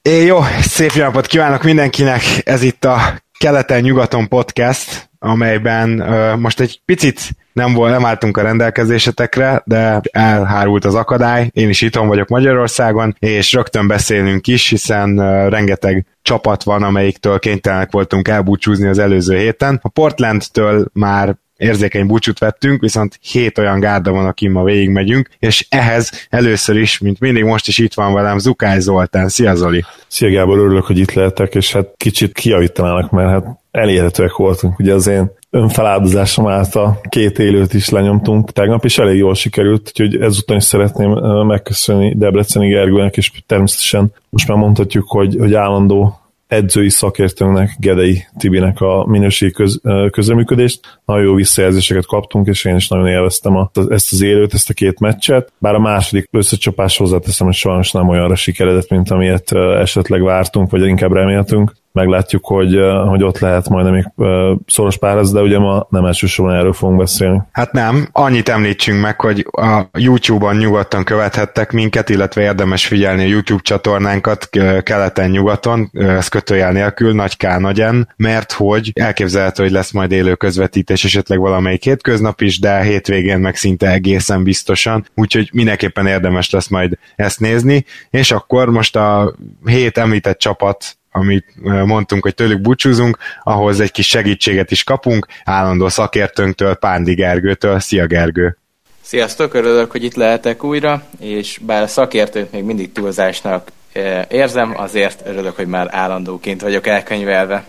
Jó, szép napot kívánok mindenkinek! Ez itt a Keleten-nyugaton podcast, amelyben most egy picit nem álltunk a rendelkezésetekre, de elhárult az akadály. Én is itthon vagyok Magyarországon, és rögtön beszélünk is, hiszen rengeteg csapat van, amelyiktől kénytelenek voltunk elbúcsúzni az előző héten. A Portlandtől már érzékeny búcsút vettünk, viszont 7 olyan gárda van, akin ma végigmegyünk, és ehhez először is, mint mindig most is itt van velem Zukály Zoltán. Szia Zoli! Szia Gábor, örülök, hogy itt lehetek, és hát kicsit kijavítanának, mert hát elérhetőek voltunk. Ugye az én önfeláldozásom által 2 élőt is lenyomtunk tegnap, és elég jól sikerült, úgyhogy ezúttal is szeretném megköszönni Debreceni Gergőnek, és természetesen most már mondhatjuk, hogy állandó edzői szakértőnknek, Gedei Tibinek a minőségi közreműködést. Nagyon jó visszajelzéseket kaptunk, és én is nagyon élveztem ezt az élőt, ezt a 2 meccset. Bár a második összecsapás hozzáteszem, hogy sajnos nem olyanra sikeredett, mint amilyet esetleg vártunk, vagy inkább reméltünk. Meglátjuk, hogy ott lehet majd még szoros párharc, de ugye ma nem elsősorban erről fogunk beszélni. Hát nem, annyit említsünk meg, hogy a YouTube-on nyugodtan követhettek minket, illetve érdemes figyelni a YouTube csatornánkat keleten-nyugaton, ez kötőjel nélkül, nagy K, nagy N, mert hogy elképzelhető, hogy lesz majd élő közvetítés esetleg valamelyik hétköznap is, de hétvégén meg szinte egészen biztosan, úgyhogy mindenképpen érdemes lesz majd ezt nézni, és akkor most a 7 említett csapat, amit mondtunk, hogy tőlük búcsúzunk, ahhoz egy kis segítséget is kapunk, állandó szakértőnktől, Pándi Gergőtől. Szia Gergő! Sziasztok, örülök, hogy itt lehetek újra, és bár a szakértőt még mindig túlzásnak érzem, azért örülök, hogy már állandóként vagyok elkönyvelve.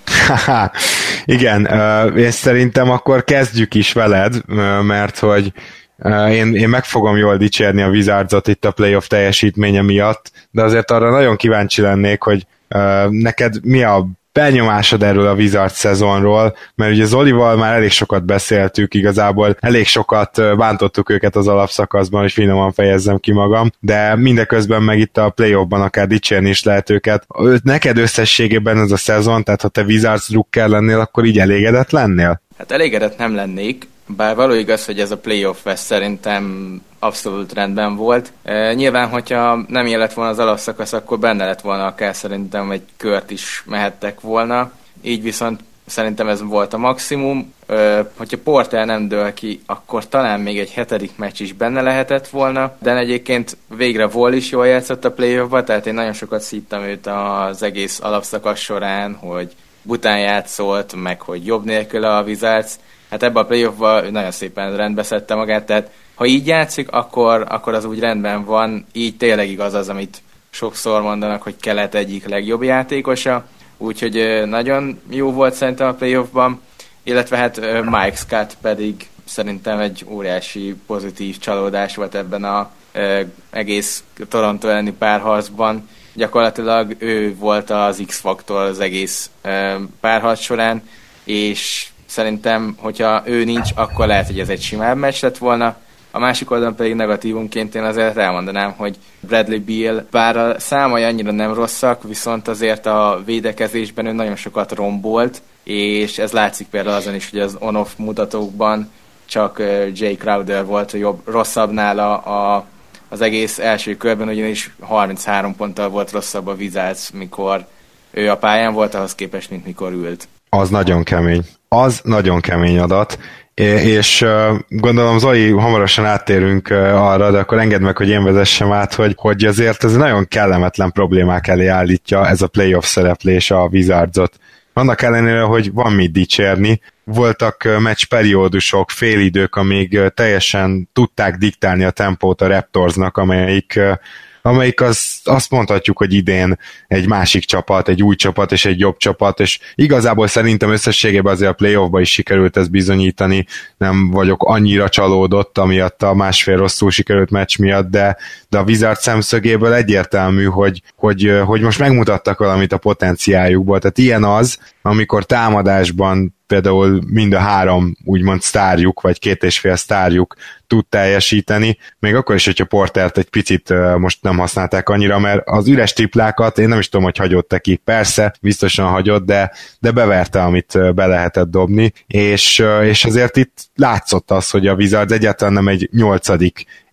Igen, és szerintem akkor kezdjük is veled, mert hogy én meg fogom jól dicsérni a Wizardsot itt a playoff teljesítménye miatt, de azért arra nagyon kíváncsi lennék, hogy neked mi a benyomásod erről a Wizards szezonról, mert ugye Zolival már elég sokat beszéltük, igazából elég sokat bántottuk őket az alapszakaszban, hogy finoman fejezzem ki magam, de mindeközben meg itt a playoffban akár dicsérni is lehet őket. Neked összességében ez a szezon, tehát ha te Wizards drukker lennél, akkor így elégedett lennél? Hát elégedett nem lennék, bár való igaz, hogy ez a playoff szerintem abszolút rendben volt. Nyilván, hogyha nem ilyen lett volna az alapszakasz, akkor benne lett volna akár szerintem egy kört is mehettek volna. Így viszont szerintem ez volt a maximum. Hogyha Porter nem dől ki, akkor talán még egy 7. meccs is benne lehetett volna, de egyébként végre Wall is jól játszott a playoffba, tehát én nagyon sokat szíttam őt az egész alapszakasz során, hogy bután játszott, meg hogy jobb nélkül a Wizards. Hát ebben a playoffban nagyon szépen rendbe szedte magát, tehát ha így játszik, akkor az úgy rendben van, így tényleg igaz az, amit sokszor mondanak, hogy Kelet egyik legjobb játékosa, úgyhogy nagyon jó volt szerintem a playoffban, illetve hát Mike Scott pedig szerintem egy óriási pozitív csalódás volt ebben az egész Toronto elleni párharcban. Gyakorlatilag ő volt az X-faktor az egész párharc során, és szerintem, hogyha ő nincs, akkor lehet, hogy ez egy simább meccs lett volna. A másik oldalon pedig negatívumként én azért elmondanám, hogy Bradley Beal, bár a számai annyira nem rosszak, viszont azért a védekezésben ő nagyon sokat rombolt, és ez látszik például azon is, hogy az on-off mutatókban csak Jay Crowder volt rosszabb nála az egész első körben, ugyanis 33 ponttal volt rosszabb a Wizards, mikor ő a pályán volt, ahhoz képest, mint mikor ült. Az nagyon kemény. Az nagyon kemény adat, és gondolom Zoli, hamarosan áttérünk arra, de akkor engedd meg, hogy én vezessem át, hogy azért ez nagyon kellemetlen problémák elé állítja ez a playoff szereplés a Wizardsot. Annak ellenére, hogy van mit dicsérni, voltak meccsperiódusok, félidők, amíg teljesen tudták diktálni a tempót a Raptorsnak, amelyik azt mondhatjuk, hogy idén egy másik csapat, egy új csapat és egy jobb csapat, és igazából szerintem összességében azért a playoffba is sikerült ezt bizonyítani, nem vagyok annyira csalódott, amiatt a másfél rosszul sikerült meccs miatt, de a Wizard szemszögéből egyértelmű, hogy most megmutattak valamit a potenciáljukból, tehát ilyen az, amikor támadásban például mind a 3 úgymond sztárjuk, vagy 2,5 sztárjuk tud teljesíteni, még akkor is, hogyha Portert egy picit most nem használták annyira, mert az üres triplákat én nem is tudom, hogy hagyott ki. Persze, biztosan hagyott, de beverte, amit be lehetett dobni, és azért itt látszott az, hogy a Wizards egyáltalán nem egy 8.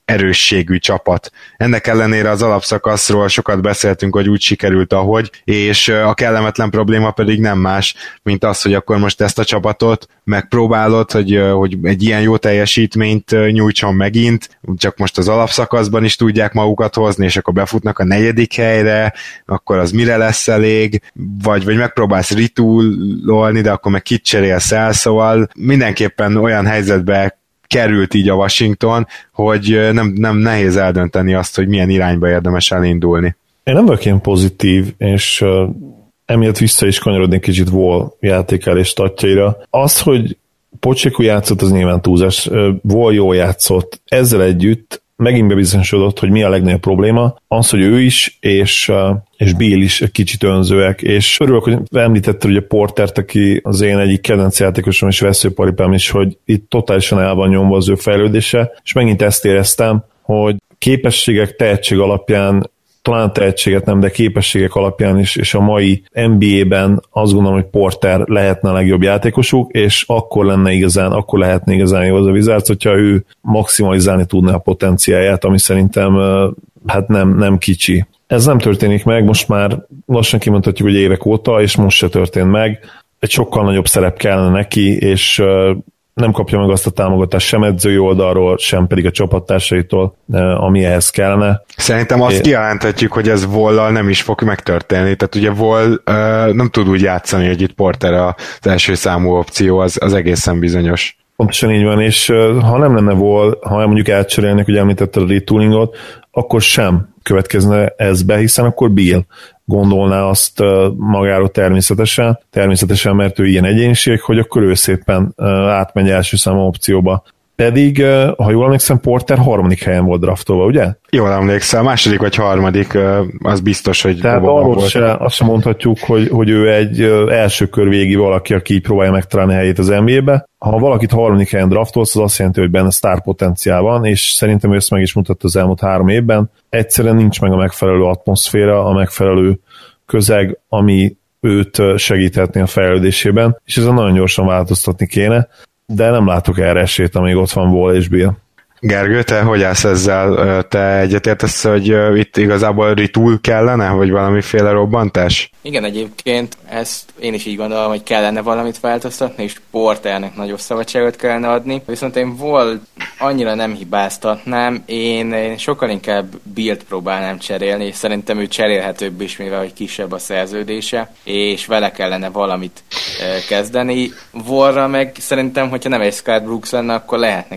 erősségű csapat. Ennek ellenére az alapszakaszról sokat beszéltünk, hogy úgy sikerült, ahogy, és a kellemetlen probléma pedig nem más, mint az, hogy akkor most ezt a csapatot megpróbálod, hogy egy ilyen jó teljesítményt nyújtson megint, csak most az alapszakaszban is tudják magukat hozni, és akkor befutnak a 4. helyre, akkor az mire lesz elég, vagy megpróbálsz ritulolni, de akkor meg kit cserélsz el, szóval mindenképpen olyan helyzetbe került így a Washington, hogy nem nehéz eldönteni azt, hogy milyen irányba érdemes elindulni. Én nem vagyok ilyen pozitív, és emiatt vissza is kanyarodni kicsit Wall játékelés statjaira. Az, hogy Pacheco játszott, az nyilván túlzás. Wall jól játszott. Ezzel együtt megint bebizonyosodott, hogy mi a legnagyobb probléma. Az, hogy ő is, és Bill is egy kicsit önzőek, és örülök, hogy említetted ugye Portert, aki az én egyik kedvenc játékosom és veszőparipám is, hogy itt totálisan el van nyomva az ő fejlődése, és megint ezt éreztem, hogy képességek, tehetség alapján, talán tehetséget nem, de képességek alapján is, és a mai NBA-ben azt gondolom, hogy Porter lehetne a legjobb játékosuk, és akkor lehetne igazán jó az a Wizards, hogyha ő maximalizálni tudná a potenciáját, ami szerintem hát nem kicsi. Ez nem történik meg, most már lassan kimondhatjuk, hogy évek óta, és most se történt meg. Egy sokkal nagyobb szerep kellene neki, és nem kapja meg azt a támogatást sem edzői oldalról, sem pedig a csapattársai-tól, ami ehhez kellene. Szerintem azt kijelenthetjük, hogy ez Wall-al nem is fog megtörténni. Tehát ugye Wall nem tud úgy játszani, hogy itt Porter az első számú opció, az egészen bizonyos. Pontosan így van, és ha nem lenne Wall, ha mondjuk elcserélnek, ugye említetted a retoolingot, akkor sem következne ez be, hiszen akkor Bill gondolná azt magáról természetesen, mert ő ilyen egyéniség, hogy akkor ő szépen átmegy első számú opcióba. Pedig, ha jól emlékszem, Porter 3. helyen volt draftolva, ugye? Jól emlékszem, 2. vagy 3. az biztos, hogy tehát arról azt sem mondhatjuk, hogy ő egy első kör végi valaki, aki így próbálja megtalálni helyét az NBA-be. Ha valakit 3. helyen draftolsz, az azt jelenti, hogy benne sztár potenciál van, és szerintem ő ezt meg is mutatta az elmúlt 3 évben. Egyszerűen nincs meg a megfelelő atmoszféra, a megfelelő közeg, ami őt segíthetné a fejlődésében, és ezen nagyon gyorsan változtatni kéne, de nem látok erre esélyt, amíg ott van Wall és Bill. Gergő, te hogy állsz ezzel? Te egyetértesz, hogy itt igazából retool kellene, vagy valamiféle robbantás? Igen, egyébként ezt én is így gondolom, hogy kellene valamit változtatni, és Porternek nagyobb szabadságot kellene adni. Viszont én Wall annyira nem hibáztatnám, én sokkal inkább Billt próbálnám cserélni, és szerintem ő cserélhetőbb is, mivel hogy kisebb a szerződése, és vele kellene valamit kezdeni. Wallra meg szerintem, hogyha nem egy Scott Brooks lenne, akkor lehetne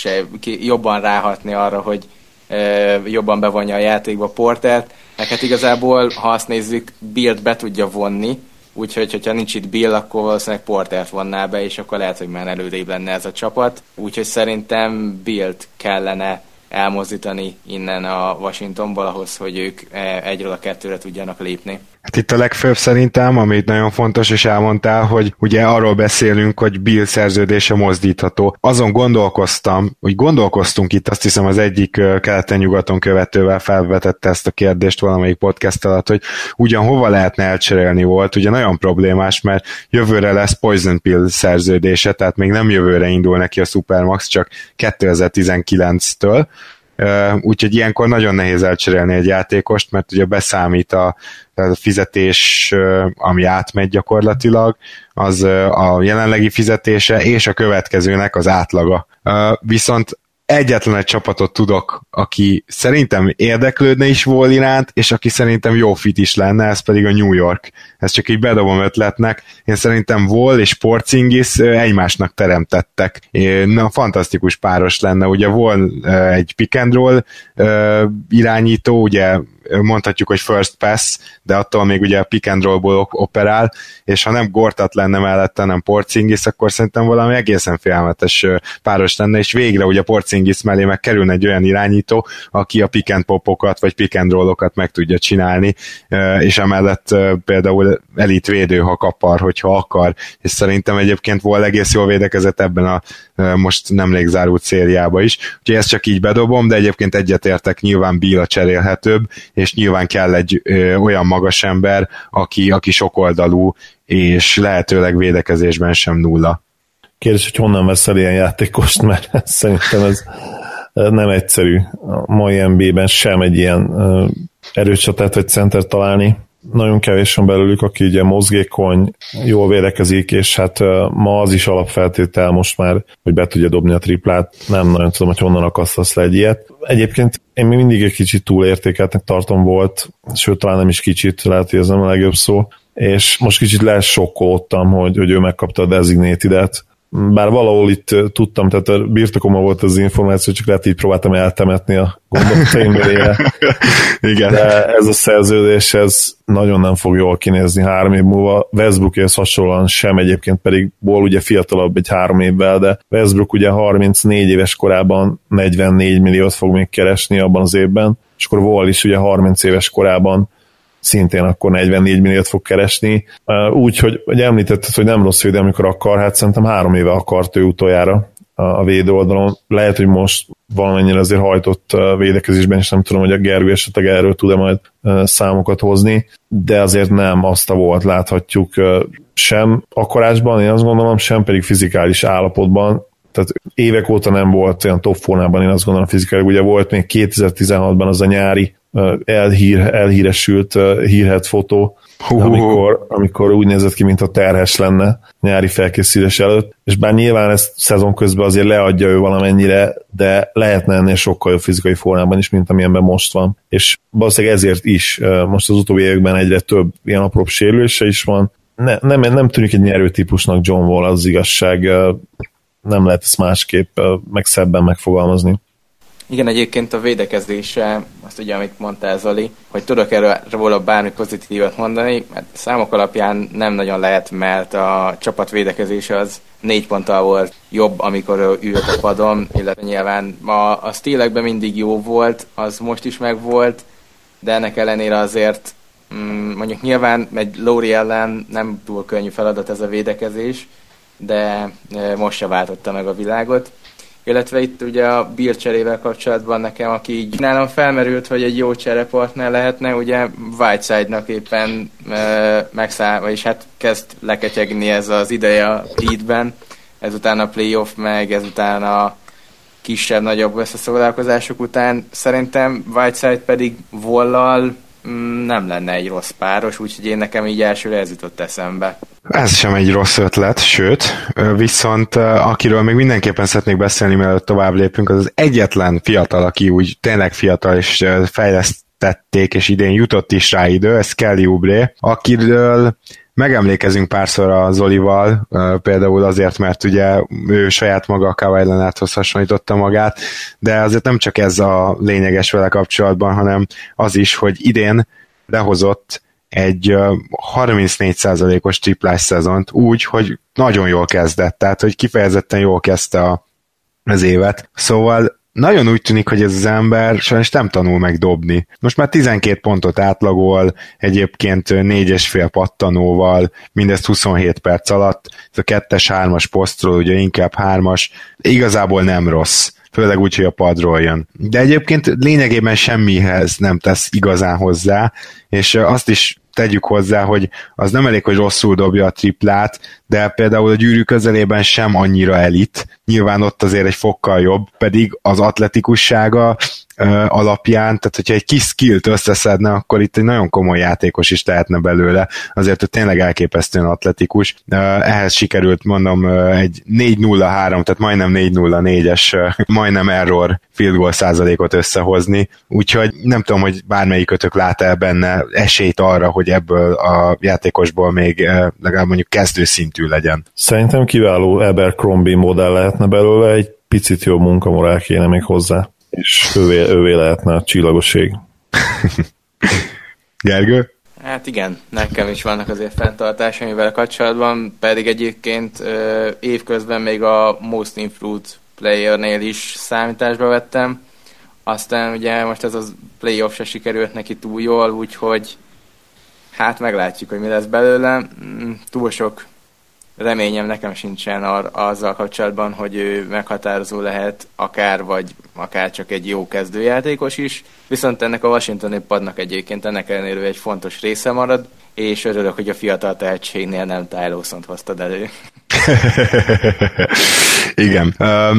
jobban ráhatni arra, hogy jobban bevonja a játékba Portert. Hát igazából, ha azt nézzük, Billt be tudja vonni, úgyhogy, hogyha nincs itt Bill, akkor valószínűleg Portert vonná be, és akkor lehet, hogy már előrébb lenne ez a csapat. Úgyhogy szerintem Billt kellene elmozdítani innen a Washingtonból ahhoz, hogy ők 1-ről a 2-re tudjanak lépni. Hát itt a legfőbb szerintem, amit nagyon fontos, és elmondtál, hogy ugye arról beszélünk, hogy Bill szerződése mozdítható. Azon gondolkoztunk itt, azt hiszem az egyik keleten-nyugaton követővel felvetette ezt a kérdést valamelyik podcast alatt, hogy ugyan hova lehetne elcserélni volt, ugye nagyon problémás, mert jövőre lesz Poison Pill szerződése, tehát még nem jövőre indul neki a Supermax, csak 2019-től, úgyhogy ilyenkor nagyon nehéz elcserélni egy játékost, mert ugye beszámít a fizetés, ami átmegy gyakorlatilag, az a jelenlegi fizetése és a következőnek az átlaga. Viszont egyetlen egy csapatot tudok, aki szerintem érdeklődne is Wall iránt, és aki szerintem jó fit is lenne, ez pedig a New York. Ezt csak így bedobom ötletnek. Én szerintem Wall és Porzingis egymásnak teremtettek. Fantasztikus páros lenne. Ugye Wall egy pick and roll irányító, ugye mondhatjuk, hogy first pass, de attól még ugye a pick and rollból operál, és ha nem Gortat lenne mellette, nem Porzingis, akkor szerintem valami egészen félelmetes páros lenne, és végre ugye Porzingis mellé meg kerülne egy olyan irányító, aki a pick and popokat, vagy pick and rollokat meg tudja csinálni, és emellett például elit védő, ha kapar, hogyha akar, és szerintem egyébként Wall egész jól védekezett ebben a most nemrég zárult szériába is, úgyhogy ezt csak így bedobom, de egyébként egyetértek, nyilván Bill a cserélhetőbb, és nyilván kell egy olyan magas ember, aki sokoldalú, és lehetőleg védekezésben sem nulla. Kérdés, hogy honnan veszel ilyen játékost, mert szerintem nem egyszerű a mai NBA-ben sem egy ilyen erőcsatát vagy center találni. Nagyon kevés van belőlük, aki ugye mozgékony, jól védekezik, és hát ma az is alapfeltétel most már, hogy be tudja dobni a triplát. Nem nagyon tudom, hogy honnan akasztasz le egy ilyet. Egyébként én még mindig egy kicsit túlértékeltnek tartom volt, sőt talán nem is kicsit, lehet, hogy ez nem a legjobb szó, és most kicsit lesokkoltam, hogy ő megkapta a designated-et. Bár valahol itt tudtam, tehát a birtokomban volt az információ, csak lehet így próbáltam eltemetni a gondolataim belére. Igen. De ez a szerződés, ez nagyon nem fog jól kinézni 3 év múlva. Westbrookhoz hasonlóan sem, egyébként pedig Ball ugye fiatalabb egy 3 évvel, de Westbrook ugye 34 éves korában 44 milliót fog még keresni abban az évben, és akkor Wall is ugye 30 éves korában szintén akkor 44 milliót fog keresni. Úgy, hogy említetted, hogy nem rossz védő, amikor akar, hát szerintem 3 éve akart ő utoljára a védő oldalon. Lehet, hogy most valamennyire azért hajtott védekezésben, és nem tudom, hogy a Gergő esetleg erről tud-e majd számokat hozni, de azért nem azt a volt láthatjuk sem akarásban, én azt gondolom, sem pedig fizikális állapotban. Tehát évek óta nem volt olyan top formában, én azt gondolom fizikális. Ugye volt még 2016-ban az a nyári elhíresült hírhedt fotó, amikor úgy nézett ki, mintha terhes lenne nyári felkészülés előtt, és bár nyilván ezt szezon közben azért leadja ő valamennyire, de lehetne ennél sokkal jobb fizikai formában is, mint amilyenben most van. És valószínűleg ezért is most az utóbbi években egyre több ilyen apróbb sérülése is van. Nem tűnik egy nyerőtípusnak John Wall, az igazság, nem lehet ezt másképp meg szebben megfogalmazni. Igen, egyébként a védekezése, azt ugye, amit mondtál, Zoli, hogy tudok erről róla bármi pozitívat mondani, mert számok alapján nem nagyon lehet, mert a csapat védekezése az 4 ponttal volt jobb, amikor ült a padon, illetve nyilván a stílekben mindig jó volt, az most is meg volt, de ennek ellenére azért mondjuk nyilván egy Lowry ellen nem túl könnyű feladat ez a védekezés, de most se váltotta meg a világot. Illetve itt ugye a Beal cserével kapcsolatban nekem, aki így nálam felmerült, hogy egy jó cserepartner lehetne, ugye Whiteside-nak éppen vagyis hát kezd leketyegni ez az ideje a Heatben, ezután a playoff meg, ezután a kisebb-nagyobb összeszólalkozások után. Szerintem Whiteside pedig Wall-lal nem lenne egy rossz páros, úgyhogy én nekem így elsőre ez jutott eszembe. Ez sem egy rossz ötlet, sőt, viszont akiről még mindenképpen szeretnék beszélni, mielőtt tovább lépünk, az egyetlen fiatal, aki úgy tényleg fiatal és fejlesztették, és idén jutott is rá idő, ez Kelly Oubre, akiről megemlékezünk párszor a Zolival, például azért, mert ugye ő saját maga a Kawhi Leonardhoz hasonlította magát, de azért nem csak ez a lényeges vele kapcsolatban, hanem az is, hogy idén behozott egy 34%-os triplás szezont úgy, hogy nagyon jól kezdett, tehát hogy kifejezetten jól kezdte az évet. Szóval nagyon úgy tűnik, hogy ez az ember sajnos nem tanul meg dobni. Most már 12 pontot átlagol, egyébként 4,5 pattanóval, mindezt 27 perc alatt, ez a 2-3-as posztról, ugye inkább 3-as, igazából nem rossz, főleg úgy, hogy a padról jön. De egyébként lényegében semmihez nem tesz igazán hozzá, és azt is tegyük hozzá, hogy az nem elég, hogy rosszul dobja a triplát, de például a gyűrű közelében sem annyira elit. Nyilván ott azért egy fokkal jobb, pedig az atletikussága alapján, tehát hogyha egy kis skillt összeszedne, akkor itt egy nagyon komoly játékos is tehetne belőle, azért, hogy tényleg elképesztően atletikus. Ehhez sikerült, mondom, egy 4-0-3, tehát majdnem 4-0-4-es, majdnem error field goal százalékot összehozni, úgyhogy nem tudom, hogy bármelyikötök lát-e benne esélyt arra, hogy ebből a játékosból még legalább mondjuk kezdőszintű legyen. Szerintem kiváló Abercrombie modell lehetne belőle, egy picit jobb munkamorál kéne még hozzá, és ővé lehetne a csillagoség. Gergő? Hát igen, nekem is vannak azért fenntartásaim vele kapcsolatban, pedig egyébként évközben még a Most Improved Playernél is számításba vettem, aztán ugye most ez a playoff se sikerült neki túl jól, úgyhogy hát meglátjuk, hogy mi lesz belőle. Túl sok reményem nekem sincsen azzal kapcsolatban, hogy ő meghatározó lehet, vagy akár csak egy jó kezdőjátékos is. Viszont ennek a washingtoni padnak egyébként ennek ellenére egy fontos része marad, és örülök, hogy a fiatal tehetségnél nem Ty Lawsont hoztad elő. Igen.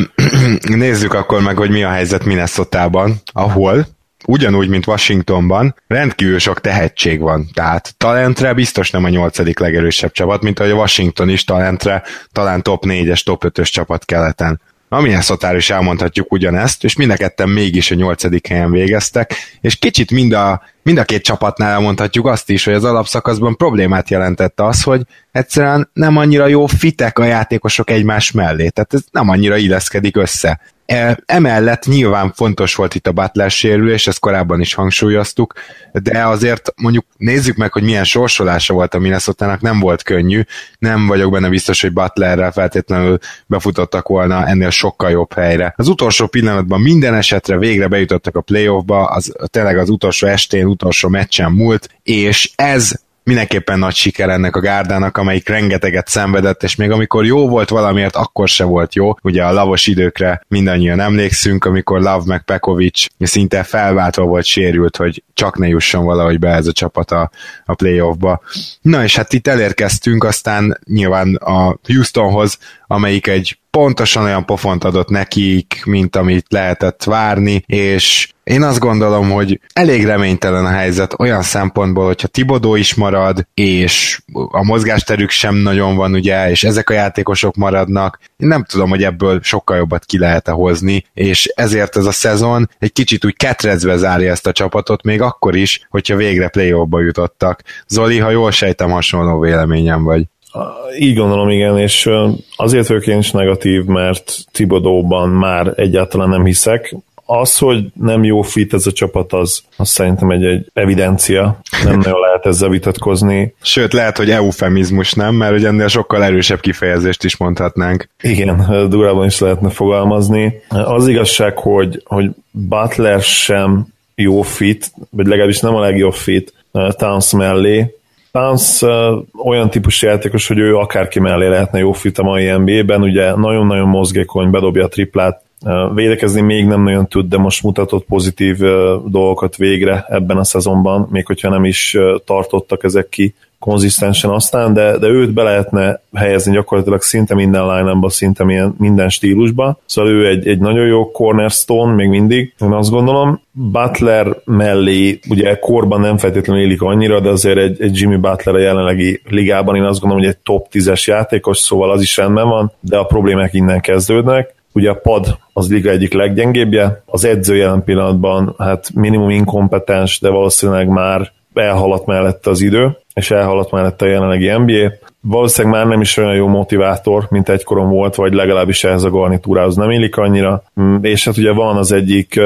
Nézzük akkor meg, hogy mi a helyzet Minnesotában, ahol ugyanúgy, mint Washingtonban, rendkívül sok tehetség van. Tehát talentre biztos nem a 8. legerősebb csapat, mint ahogy a Washington is talentre talán top 4-es, top 5-ös csapat keleten. A Minnesotára is elmondhatjuk ugyanezt, és mind a ketten mégis a 8. helyen végeztek, és kicsit mind a két csapatnál elmondhatjuk azt is, hogy az alapszakaszban problémát jelentett az, hogy egyszerűen nem annyira jó fitek a játékosok egymás mellé, tehát ez nem annyira illeszkedik össze. Emellett nyilván fontos volt itt a Butler sérülés, ezt korábban is hangsúlyoztuk, de azért mondjuk nézzük meg, hogy milyen sorsolása volt a Minnesotának, nem volt könnyű, nem vagyok benne biztos, hogy Butlerrel feltétlenül befutottak volna ennél sokkal jobb helyre. Az utolsó pillanatban minden esetre végre bejutottak a playoffba, tényleg az utolsó estén, utolsó meccsen múlt, és ez mindenképpen nagy siker ennek a gárdának, amelyik rengeteget szenvedett, és még amikor jó volt valamiért, akkor se volt jó. Ugye a Lavos időkre mindannyian emlékszünk, amikor Love meg Pekovic szinte felváltva volt sérült, hogy csak ne jusson valahogy be ez a csapat a playoffba. Na és hát itt elérkeztünk aztán nyilván a Houstonhoz, amelyik egy pontosan olyan pofont adott nekik, mint amit lehetett várni, és én azt gondolom, hogy elég reménytelen a helyzet olyan szempontból, hogyha Thibodeau is marad, és a mozgásterük sem nagyon van, ugye, és ezek a játékosok maradnak, én nem tudom, hogy ebből sokkal jobbat ki lehet hozni, és ezért ez a szezon egy kicsit úgy ketrecbe zárja ezt a csapatot, még akkor is, hogyha végre play-offba jutottak. Zoli, ha jól sejtem, hasonló véleményem vagy. Így gondolom, igen, és azért vagyok én is negatív, mert Thibodeauban már egyáltalán nem hiszek. Az, hogy nem jó fit ez a csapat, az szerintem egy evidencia, nem nagyon lehet ezzel vitatkozni. Sőt, lehet, hogy eufemizmus, nem? Mert hogy ennél sokkal erősebb kifejezést is mondhatnánk. Igen, durában is lehetne fogalmazni. Az igazság, hogy Butler sem jó fit, vagy legalábbis nem a legjobb fit Towns mellé. Towns olyan típusú játékos, hogy ő akárki mellé lehetne jó fit a mai NBA-ben, ugye nagyon-nagyon mozgékony, bedobja a triplát, védekezni még nem nagyon tud, de most mutatott pozitív dolgokat végre ebben a szezonban, még hogyha nem is tartottak ezek ki konzisztensen aztán, de őt be lehetne helyezni gyakorlatilag szinte minden line-ba, szinte minden stílusba. Szóval ő egy nagyon jó cornerstone még mindig, én azt gondolom. Butler mellé, ugye korban nem feltétlenül élik annyira, de azért egy Jimmy Butler a jelenlegi ligában, én azt gondolom, hogy egy top 10-es játékos, szóval az is rendben van, de a problémák innen kezdődnek. Ugye a pad az liga egyik leggyengébbje, az edző jelen pillanatban hát minimum inkompetens, de valószínűleg már elhaladt mellette az idő, és elhaladt mellette a jelenlegi NBA. Valószínűleg már nem is olyan jó motivátor, mint egykoron volt, vagy legalábbis ehhez a garnitúrához nem illik annyira. És hát ugye van az egyik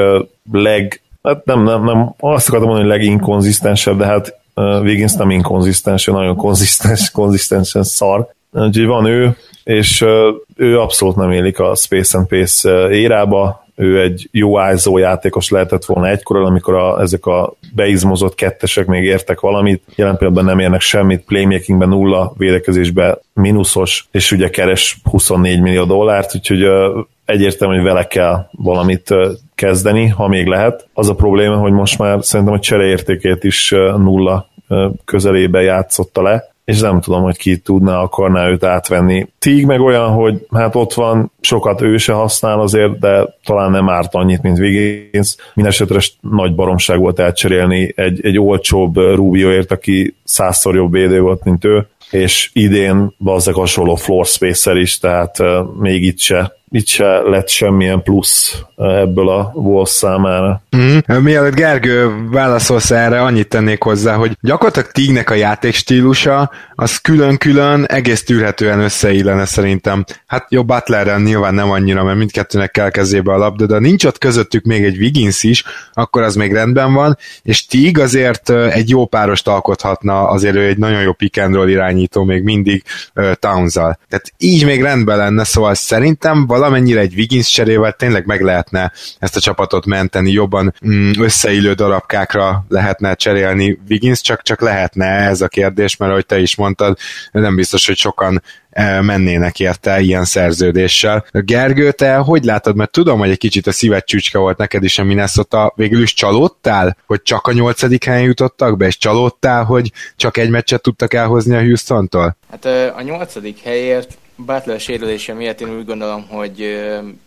hát nem azt akartam mondani, hogy leginkonzisztensebb, de hát Wiggins nem inkonzisztens, nagyon konzisztensen szar. Úgyhogy van ő, és ő abszolút nem élik a Space and Pace érába, ő egy jó ISO játékos lehetett volna egykoron, amikor ezek a beizmozott kettesek még értek valamit, jelen pillanatban nem érnek semmit, playmakingben nulla, védekezésben mínuszos, és ugye keres $24 millió, úgyhogy egyértelmű, hogy vele kell valamit kezdeni, ha még lehet. Az a probléma, hogy most már szerintem a csereértékét is nulla közelébe játszotta le, és nem tudom, hogy ki akarná őt átvenni. Teague meg olyan, hogy hát ott van, sokat ő se használ azért, de talán nem árt annyit, mint Wiggins. Mindenesetre nagy baromság volt elcserélni egy olcsóbb Rubioért, aki 100-szor jobb védő volt, mint ő, és idén valószínűleg hasonló floor space-el is, tehát még itt se lett semmilyen plusz ebből a Wolves számára. Mielőtt Gergő válaszolsz erre, annyit tennék hozzá, hogy gyakorlatilag Teague-nek a játékstílusa az külön-külön egész tűrhetően összeillene szerintem. Hát jó, Butlerrel nyilván nem annyira, mert mindkettőnek kell kezébe a labda, de nincs ott közöttük még egy Wiggins is, akkor az még rendben van, és Teague azért egy jó párost alkothatna, azért ő egy nagyon jó pick and roll irányító még mindig Towns-zal. Tehát így még rendben lenne, szóval szerintem valamennyire egy Wiggins cserével tényleg meg lehetne ezt a csapatot menteni, jobban összeillő darabkákra lehetne cserélni Wiggins, csak lehetne ez a kérdés, mert ahogy te is mondtad, nem biztos, hogy sokan mennének érte ilyen szerződéssel. Gergő, te hogy látod, mert tudom, hogy egy kicsit a szíved csücske volt neked is a Minnesota, végül is csalódtál, hogy csak a 8. helyen jutottak be, és csalódtál, hogy csak egy meccset tudtak elhozni a Houstontól? Hát a 8. helyért Butler sérülése miatt én úgy gondolom, hogy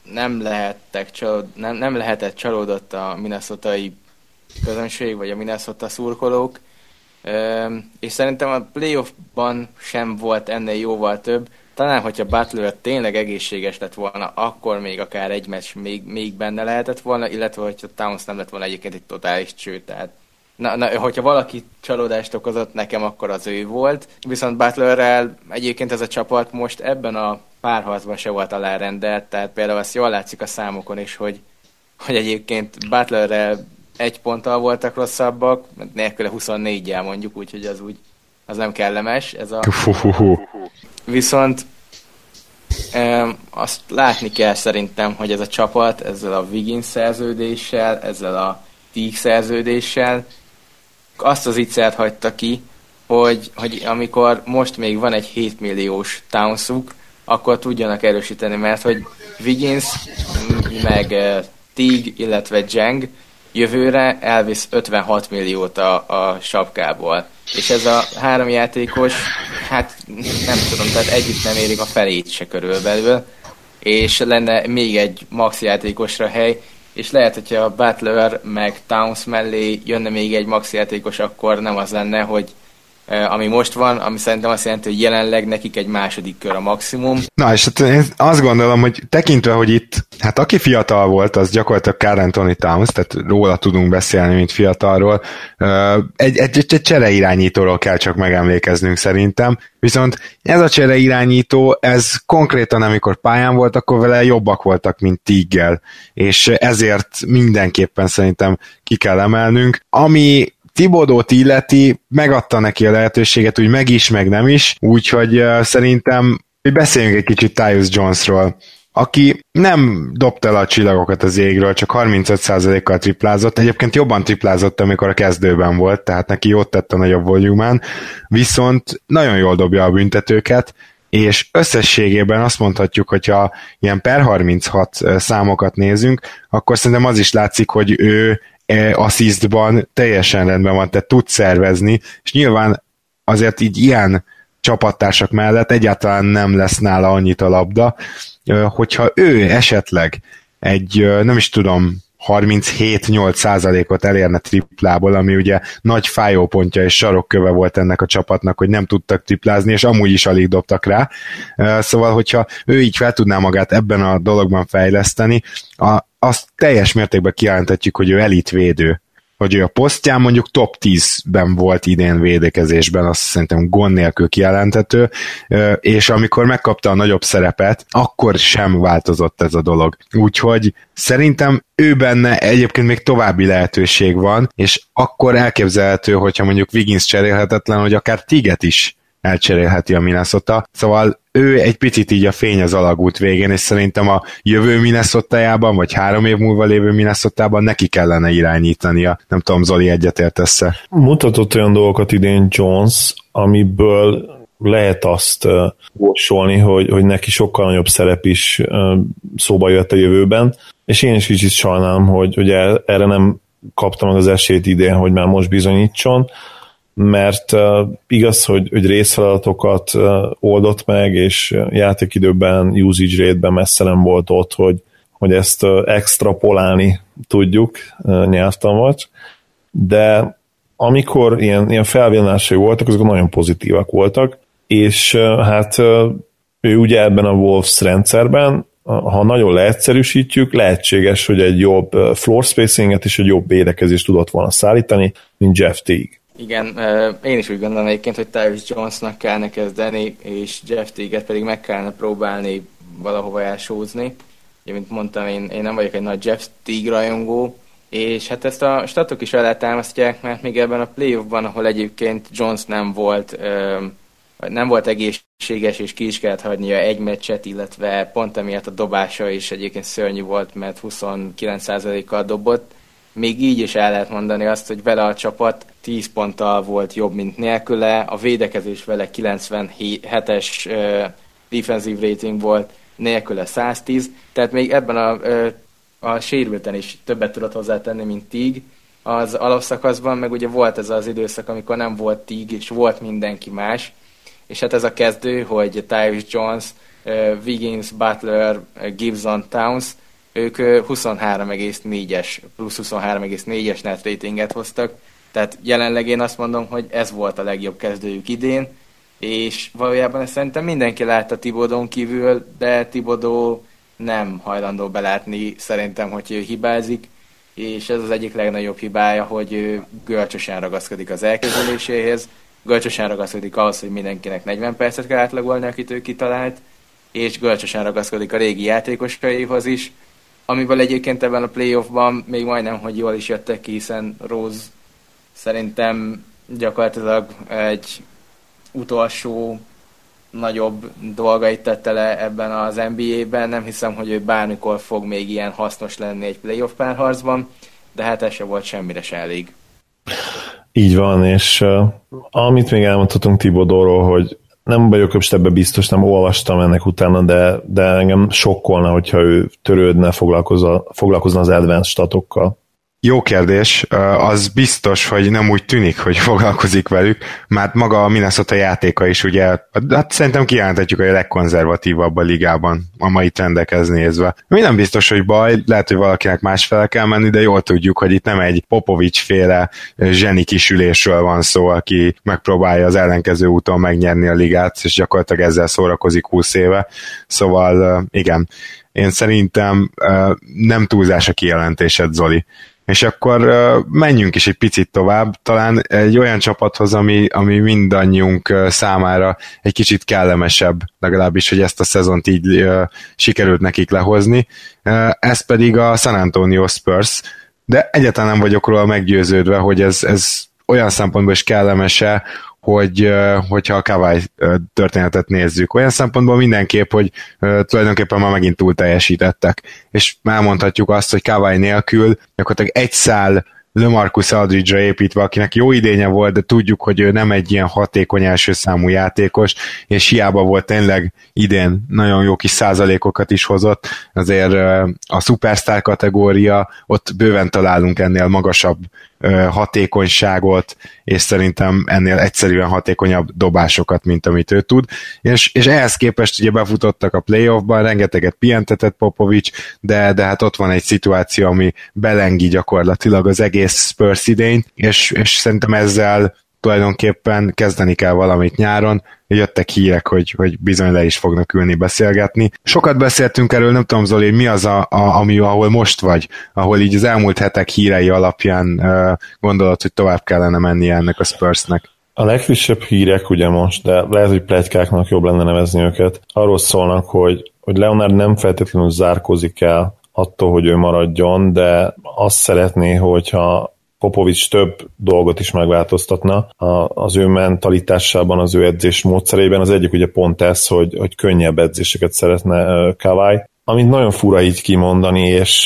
nem lehetett csalódott a minnesotai közönség, vagy a Minnesota szurkolók, és szerintem a playoffban sem volt ennél jóval több. Talán, hogyha Butler tényleg egészséges lett volna, akkor még akár egy meccs még benne lehetett volna, illetve hogyha Towns nem lett volna egyébként egy totális cső. Tehát, hogyha valaki csalódást okozott nekem, akkor az ő volt. Viszont Butlerrel egyébként ez a csapat most ebben a párharcban se volt alárendelt, tehát például azt jól látszik a számokon is, hogy egyébként Butlerrel 1 ponttal voltak rosszabbak, nélküle 24-jel mondjuk, úgyhogy az nem kellemes. Viszont azt látni kell szerintem, hogy ez a csapat ezzel a Wiggins szerződéssel, ezzel a Teague szerződéssel azt az ittszert hagyta ki, hogy amikor most még van egy 7 milliós Townsuk, akkor tudjanak erősíteni, mert hogy Wiggins meg Teague, illetve Jeng jövőre elvisz 56 milliót a sapkából. És ez a 3 játékos, hát nem tudom, tehát együtt nem érik a felét se körülbelül, és lenne még egy max játékosra hely, és lehet, hogyha a Butler meg Towns mellé jönne még egy max játékos, akkor nem az lenne, hogy ami most van, ami szerintem azt jelenti, hogy jelenleg nekik egy második kör a maximum. Na, és hát én azt gondolom, hogy tekintve, hogy itt, hát aki fiatal volt, az gyakorlatilag Karl Anthony Towns, tehát róla tudunk beszélni, mint fiatalról. Egy csereirányítóról kell csak megemlékeznünk szerintem. Viszont ez a csereirányító, ez konkrétan, amikor pályán volt, akkor vele jobbak voltak, mint Teague-gel. És ezért mindenképpen szerintem ki kell emelnünk. Ami Thibodeaut illeti, megadta neki a lehetőséget, úgy meg is, meg nem is, úgyhogy szerintem hogy beszéljünk egy kicsit Tyus Jonesról, aki nem dobta el a csillagokat az égről, csak 35%-kal triplázott, egyébként jobban triplázott, amikor a kezdőben volt, tehát neki jót tett a nagyobb volumán, viszont nagyon jól dobja a büntetőket, és összességében azt mondhatjuk, hogyha ilyen per 36 számokat nézünk, akkor szerintem az is látszik, hogy ő asszisztban teljesen rendben van, tehát tud szervezni, és nyilván azért így ilyen csapattársak mellett egyáltalán nem lesz nála annyit a labda, hogyha ő esetleg egy, nem is tudom, 37-8%-ot elérne triplából, ami ugye nagy fájópontja és sarokköve volt ennek a csapatnak, hogy nem tudtak triplázni, és amúgy is alig dobtak rá. Szóval, hogyha ő így fel tudná magát ebben a dologban fejleszteni, azt teljes mértékben kijelenthetjük, hogy ő elitvédő. Hogy ő a posztján mondjuk top 10-ben volt idén védekezésben, azt szerintem gond nélkül kijelenthető, és amikor megkapta a nagyobb szerepet, akkor sem változott ez a dolog. Úgyhogy szerintem ő benne egyébként még további lehetőség van, és akkor elképzelhető, hogyha mondjuk Wiggins cserélhetetlen, hogy akár Teague-et is elcserélheti a Minnesota. Szóval ő egy picit így a fény az alagút végén, és szerintem a jövő Minnesotájában, vagy 3 év múlva lévő Minnesotában neki kellene irányítania. Nem tudom, Zoli, egyetértesz-e? Mutatott olyan dolgokat idén Jones, amiből lehet azt jósolni, hogy neki sokkal nagyobb szerep is szóba jött a jövőben, és én is kicsit sajnálom, hogy erre nem kaptam meg az esélyt idén, hogy már most bizonyítson, mert igaz, hogy részfeladatokat oldott meg, és játékidőben, usage rate-ben messze nem volt ott, hogy ezt extrapolálni tudjuk nyelvtanvacs, de amikor ilyen felvillanásai voltak, azok nagyon pozitívak voltak, és hát ő ugye ebben a Wolves rendszerben, ha nagyon leegyszerűsítjük, lehetséges, hogy egy jobb floor spacinget és egy jobb védekezést tudott volna szállítani, mint Jeff Teague. Igen, én is úgy gondolom egyébként, hogy Tyus Jonesnak kellene kezdeni, és Jeff Teague-et pedig meg kellene próbálni valahova elsózni. Ugye, mint mondtam, én nem vagyok egy nagy Jeff Teague rajongó, és hát ezt a statok is alátámasztják, mert még ebben a playoffban, ahol egyébként Jones nem volt egészséges, és ki is kellett hagynia egy meccset, illetve pont emiatt a dobása is egyébként szörnyű volt, mert 29%-kal dobott. Még így is el lehet mondani azt, hogy vele a csapat 10 ponttal volt jobb, mint nélküle, a védekezés vele 97-es defensive rating volt, nélküle 110, tehát még ebben a sérülten is többet tudott hozzátenni, mint Teague az alapszakaszban, meg ugye volt ez az időszak, amikor nem volt Teague, és volt mindenki más, és hát ez a kezdő, hogy Tyus Jones, Wiggins, Butler, Gibson, Towns, ők 23,4-es, plusz 23,4-es net ratinget hoztak, tehát jelenleg én azt mondom, hogy ez volt a legjobb kezdőjük idén, és valójában szerintem mindenki látta Thibodeaun kívül, de Thibodeau nem hajlandó belátni szerintem, hogy ő hibázik, és ez az egyik legnagyobb hibája, hogy ő görcsösen ragaszkodik az elképzeléséhez, görcsösen ragaszkodik ahhoz, hogy mindenkinek 40 percet kell átlagolni, akit ő kitalált, és görcsösen ragaszkodik a régi játékosaihoz is, amiből egyébként ebben a playoffban még majdnem, hogy jól is jöttek ki, hiszen Rose szerintem gyakorlatilag egy utolsó nagyobb dolgait tette le ebben az NBA-ben. Nem hiszem, hogy ő bármikor fog még ilyen hasznos lenni egy playoff párharcban, de hát ez se volt semmire se elég. Így van, és amit még elmondhatunk Thibodeauról, hogy nem vagyok most ebben biztos, nem olvastam ennek utána, de engem sokkolna, hogyha ő törődne, foglalkozna az advanced statokkal. Jó kérdés, az biztos, hogy nem úgy tűnik, hogy foglalkozik velük, mert maga a Minnesota játéka is ugye, hát szerintem kijelenthetjük, hogy a legkonzervatívabb a ligában a mai trendekhez nézve. Mi nem biztos, hogy baj, lehet, hogy valakinek másfele kell menni, de jól tudjuk, hogy itt nem egy Popovics-féle zseni kisülésről van szó, aki megpróbálja az ellenkező úton megnyerni a ligát, és gyakorlatilag ezzel szórakozik 20 éve. Szóval igen, én szerintem nem túlzás a kijelentésed, Zoli. És akkor menjünk is egy picit tovább, talán egy olyan csapathoz, ami mindannyiunk számára egy kicsit kellemesebb, legalábbis, hogy ezt a szezont így sikerült nekik lehozni. Ez pedig a San Antonio Spurs, de egyáltalán nem vagyok róla meggyőződve, hogy ez olyan szempontból is kellemes-e, hogyha a Kawhi történetet nézzük. Olyan szempontból mindenképp, hogy tulajdonképpen már megint túl teljesítettek. És elmondhatjuk azt, hogy Kawhi nélkül gyakorlatilag egy szál LaMarcus Aldridge-re építve, akinek jó idénye volt, de tudjuk, hogy ő nem egy ilyen hatékony első számú játékos, és hiába volt tényleg idén nagyon jó kis százalékokat is hozott, azért a szupersztár kategória, ott bőven találunk ennél magasabb hatékonyságot, és szerintem ennél egyszerűen hatékonyabb dobásokat, mint amit ő tud, és ehhez képest ugye befutottak a playoffban, rengeteget pihentetett Popovics, de hát ott van egy szituáció, ami belengi gyakorlatilag az egész Spurs idényt, és szerintem ezzel tulajdonképpen kezdeni kell valamit nyáron, jöttek hírek, hogy bizony le is fognak ülni beszélgetni. Sokat beszéltünk erről, nem tudom, Zoli, mi az, ahol most vagy, ahol így az elmúlt hetek hírei alapján gondolod, hogy tovább kellene mennie ennek a Spursnek? A legfrissebb hírek ugye most, de lehet, hogy pletykáknak jobb lenne nevezni őket, arról szólnak, hogy Leonard nem feltétlenül zárkózik el attól, hogy ő maradjon, de azt szeretné, hogyha Popovics több dolgot is megváltoztatna az ő mentalitásában, az ő edzés módszerében. Az egyik ugye pont ez, hogy könnyebb edzéseket szeretne Kawhi, amit nagyon fura így kimondani, és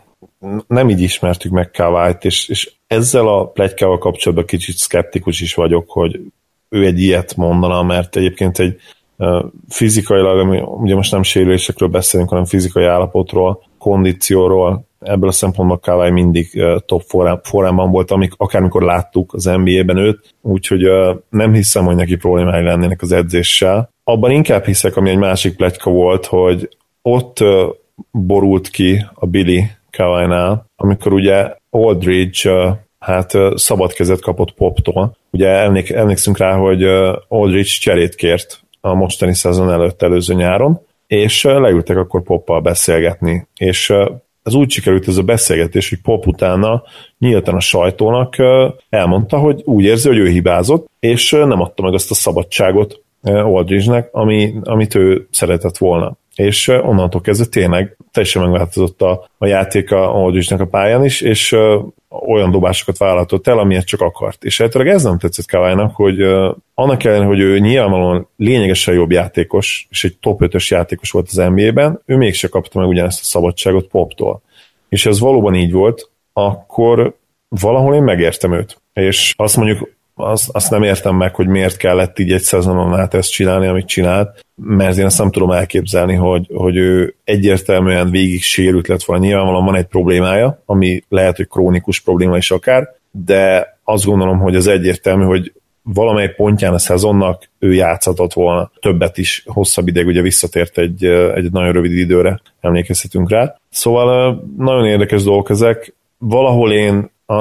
nem így ismertük meg Kawhit, és ezzel a pletykával kapcsolatban kicsit szkeptikus is vagyok, hogy ő egy ilyet mondana, mert egyébként egy fizikailag, ugye most nem sérülésekről beszélünk, hanem fizikai állapotról, kondícióról, ebből a szempontból Kawhi mindig top formában volt, akármikor láttuk az NBA-ben őt, úgyhogy nem hiszem, hogy neki problémái lennének az edzéssel. Abban inkább hiszek, ami egy másik pletyka volt, hogy ott borult ki a Billy Kawhi-nál, amikor ugye Aldridge szabad kezet kapott Poptól. Ugye emlékszünk rá, hogy Aldridge cserét kért a mostani szezon előtt előző nyáron, és leültek akkor Poppal beszélgetni, és ez úgy sikerült ez a beszélgetés, hogy Pop utána nyíltan a sajtónak elmondta, hogy úgy érzi, hogy ő hibázott, és nem adta meg azt a szabadságot Aldridge-nek, amit ő szeretett volna. És onnantól kezdve tényleg teljesen megváltozott a játéka Aldridge-nek a pályán is, és olyan dobásokat vállaltott el, amilyet csak akart. És általában ez nem tetszett Kawhi-nak, hogy annak ellenére, hogy ő nyilvánvalóan lényegesen jobb játékos, és egy top 5-ös játékos volt az NBA-ben, ő mégse kapta meg ugyanezt a szabadságot Poptól. És ez valóban így volt, akkor valahol én megértem őt. És azt mondjuk azt nem értem meg, hogy miért kellett így egy szezonon át ezt csinálni, amit csinált, mert én azt nem tudom elképzelni, hogy ő egyértelműen végig sérült lett volna. Nyilvánvalóan van egy problémája, ami lehet, hogy krónikus probléma is akár, de azt gondolom, hogy az egyértelmű, hogy valamely pontján a szezonnak ő játszhatott volna többet is, hosszabb ideig, ugye visszatért egy nagyon rövid időre, emlékezhetünk rá. Szóval nagyon érdekes dolgok ezek. Valahol én a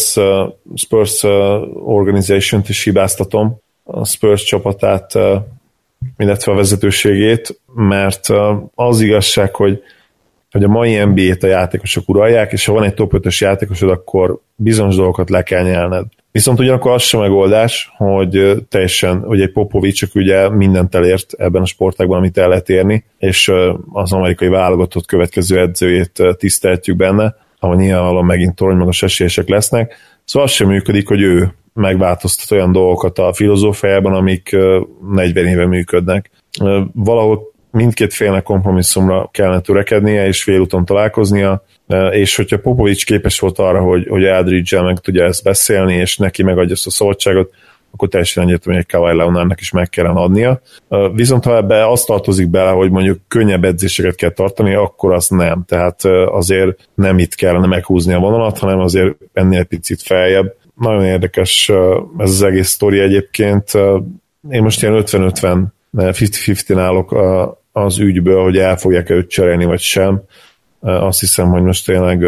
Spurs Organization-t is hibáztatom, a Spurs csapatát, illetve a vezetőségét, mert az igazság, hogy a mai NBA-t a játékosok uralják, és ha van egy top 5-ös játékosod, akkor bizonyos dolgokat le kell nyelned. Viszont ugyanakkor az sem megoldás, hogy teljesen, hogy egy Popovics, aki ugye mindent elért ebben a sportágban, amit el lehet érni, és az amerikai válogatott következő edzőjét tiszteltjük benne, ahol nyilvánvalóan megint tornymagos esélyesek lesznek. Szóval az sem működik, hogy ő megváltoztat olyan dolgokat a filozófiában, amik 40 éve működnek. Valahol mindkét félnek kompromisszumra kellene törekednie, és félúton találkoznia, és hogyha Popovics képes volt arra, hogy Aldridge-el meg tudja ezt beszélni, és neki megadja ezt a szabadságot, akkor teljesen egyértelmű, hogy Kawhi Leonardnak is meg kellene adnia. Viszont ha ebbe azt tartozik bele, hogy mondjuk könnyebb edzéseket kell tartani, akkor az nem. Tehát azért nem itt kellene meghúzni a vonalat, hanem azért ennél picit feljebb. Nagyon érdekes ez az egész sztori egyébként. Én most ilyen 50-50, 50-50 állok az ügyből, hogy el fogják őt cserélni, vagy sem. Azt hiszem, hogy most tényleg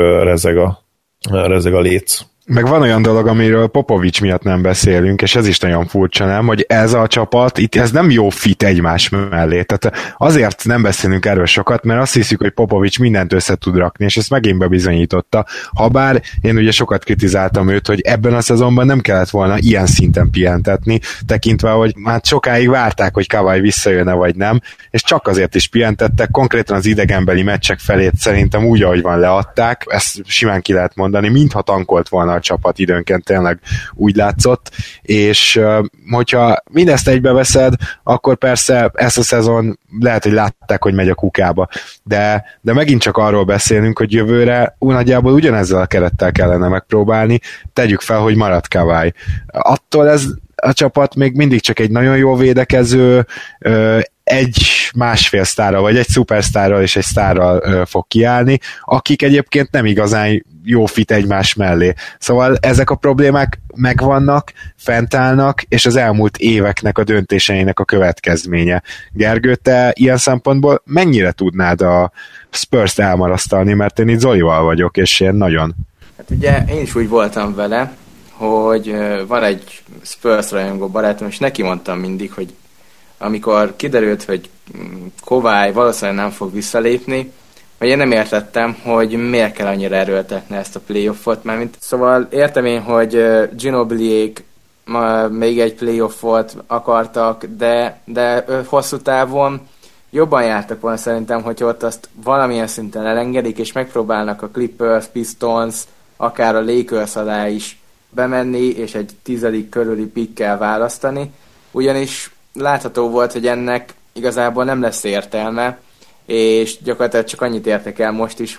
rezeg a léc. Meg van olyan dolog, amiről Popovics miatt nem beszélünk, és ez is nagyon furcsa, nem? Hogy ez a csapat, itt ez nem jó fit egymás mellé. Tehát azért nem beszélünk erről sokat, mert azt hiszük, hogy Popovics mindent össze tud rakni, és ezt megint bebizonyította. Habár én ugye sokat kritizáltam őt, hogy ebben a szezonban nem kellett volna ilyen szinten pihentetni, tekintve, hogy már sokáig várták, hogy Kawhi visszajönne vagy nem, és csak azért is pihentettek, konkrétan az idegenbeli meccsek felét szerintem úgy, ahogy van, leadták, ezt simán ki lehet mondani, mintha tankolt volna a csapat, időnként tényleg úgy látszott, és hogyha mindezt egybeveszed, akkor persze ezt a szezon lehet, hogy látták, hogy megy a kukába, de megint csak arról beszélünk, hogy jövőre nagyjából ugyanezzel a kerettel kellene megpróbálni, tegyük fel, hogy marad Kawhi. Attól ez a csapat még mindig csak egy nagyon jó védekező, egy másfél sztárral, vagy egy szupersztárral és egy sztárral fog kiállni, akik egyébként nem igazán jó fit egymás mellé. Szóval ezek a problémák megvannak, fent állnak, és az elmúlt éveknek a döntéseinek a következménye. Gergő, te ilyen szempontból mennyire tudnád a Spurs-t elmarasztalni, mert én itt Zolival vagyok, és én nagyon. Hát ugye én is úgy voltam vele, hogy van egy Spurs rajongó barátom, és neki mondtam mindig, hogy amikor kiderült, hogy Kawhi valószínűleg nem fog visszalépni, hogy én nem értettem, hogy miért kell annyira erőltetni ezt a playoffot, szóval értem én, hogy Ginobiliék még egy playoffot akartak, de hosszú távon jobban jártak volna szerintem, hogy ott azt valamilyen szinten elengedik, és megpróbálnak a Clippers, Pistons, akár a Lakers alá is bemenni, és egy 10. körüli pickkel választani, ugyanis látható volt, hogy ennek igazából nem lesz értelme, és gyakorlatilag csak annyit értek el most is,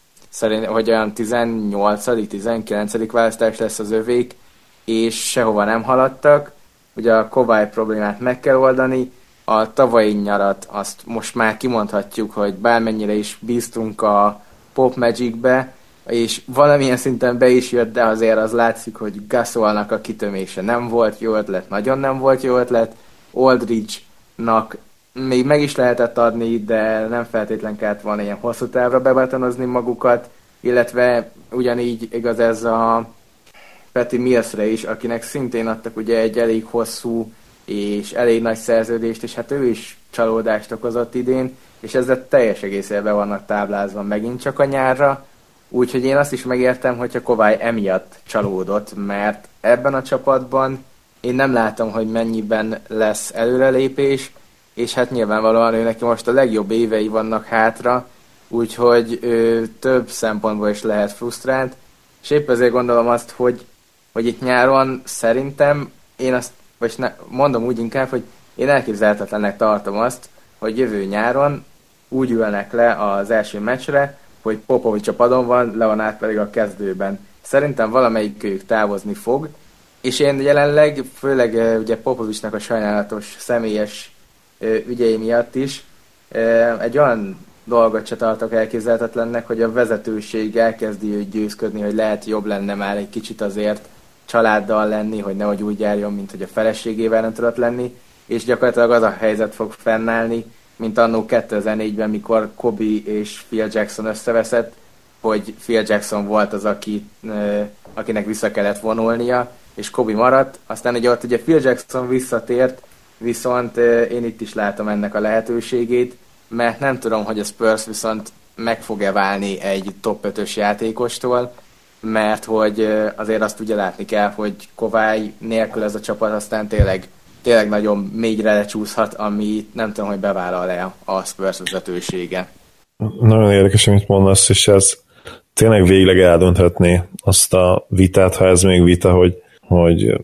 hogy olyan 18., 19. választás lesz az övék, és sehova nem haladtak. Ugye a Kawhi problémát meg kell oldani, a tavalyi nyarat azt most már kimondhatjuk, hogy bármennyire is bíztunk a Pop Magicbe, és valamilyen szinten be is jött, de azért az látszik, hogy Gasolnak a kitömése nem volt jó ötlet, nagyon nem volt jó ötlet, Aldridge-nak még meg is lehetett adni, de nem feltétlen kellett volna ilyen hosszú távra bebetonozni magukat, illetve ugyanígy igaz ez a Patty Millsre is, akinek szintén adtak ugye egy elég hosszú és elég nagy szerződést, és hát ő is csalódást okozott idén, és ezzel teljes egészében be vannak táblázva megint csak a nyárra, úgyhogy én azt is megértem, hogy a Kawhi emiatt csalódott, mert ebben a csapatban én nem látom, hogy mennyiben lesz előrelépés, és hát nyilvánvalóan ő neki most a legjobb évei vannak hátra, úgyhogy több szempontból is lehet frusztrált, és épp ezért gondolom azt, hogy itt nyáron szerintem én azt, mondom úgy inkább, hogy én elképzelhetetlennek tartom azt, hogy jövő nyáron úgy ülnek le az első meccsre, hogy Popovics a padon van, Leonard pedig a kezdőben. Szerintem valamelyikük távozni fog, És én jelenleg, főleg ugye Popovicsnak a sajnálatos személyes ügyei miatt is egy olyan dolgot se tartok elképzelhetetlennek, hogy a vezetőség elkezdi őt győzködni, hogy lehet jobb lenne már egy kicsit azért családdal lenni, hogy nehogy úgy járjon, mint hogy a feleségével nem tudott lenni, és gyakorlatilag az a helyzet fog fennállni, mint annó 2004-ben, mikor Kobe és Phil Jackson összeveszett, hogy Phil Jackson volt az, akinek vissza kellett vonulnia, és Kobe maradt. Aztán ugye ott ugye Phil Jackson visszatért, viszont én itt is látom ennek a lehetőségét, mert nem tudom, hogy a Spurs viszont meg fog-e válni egy top 5-ös játékostól, mert hogy azért azt ugye látni kell, hogy Kawhi nélkül ez a csapat aztán tényleg nagyon mélyre lecsúszhat, ami nem tudom, hogy bevállal-e a Spurs vezetősége. Nagyon érdekes, amit mondasz, és ez tényleg végleg eldönthetné azt a vitát, ha ez még vita, hogy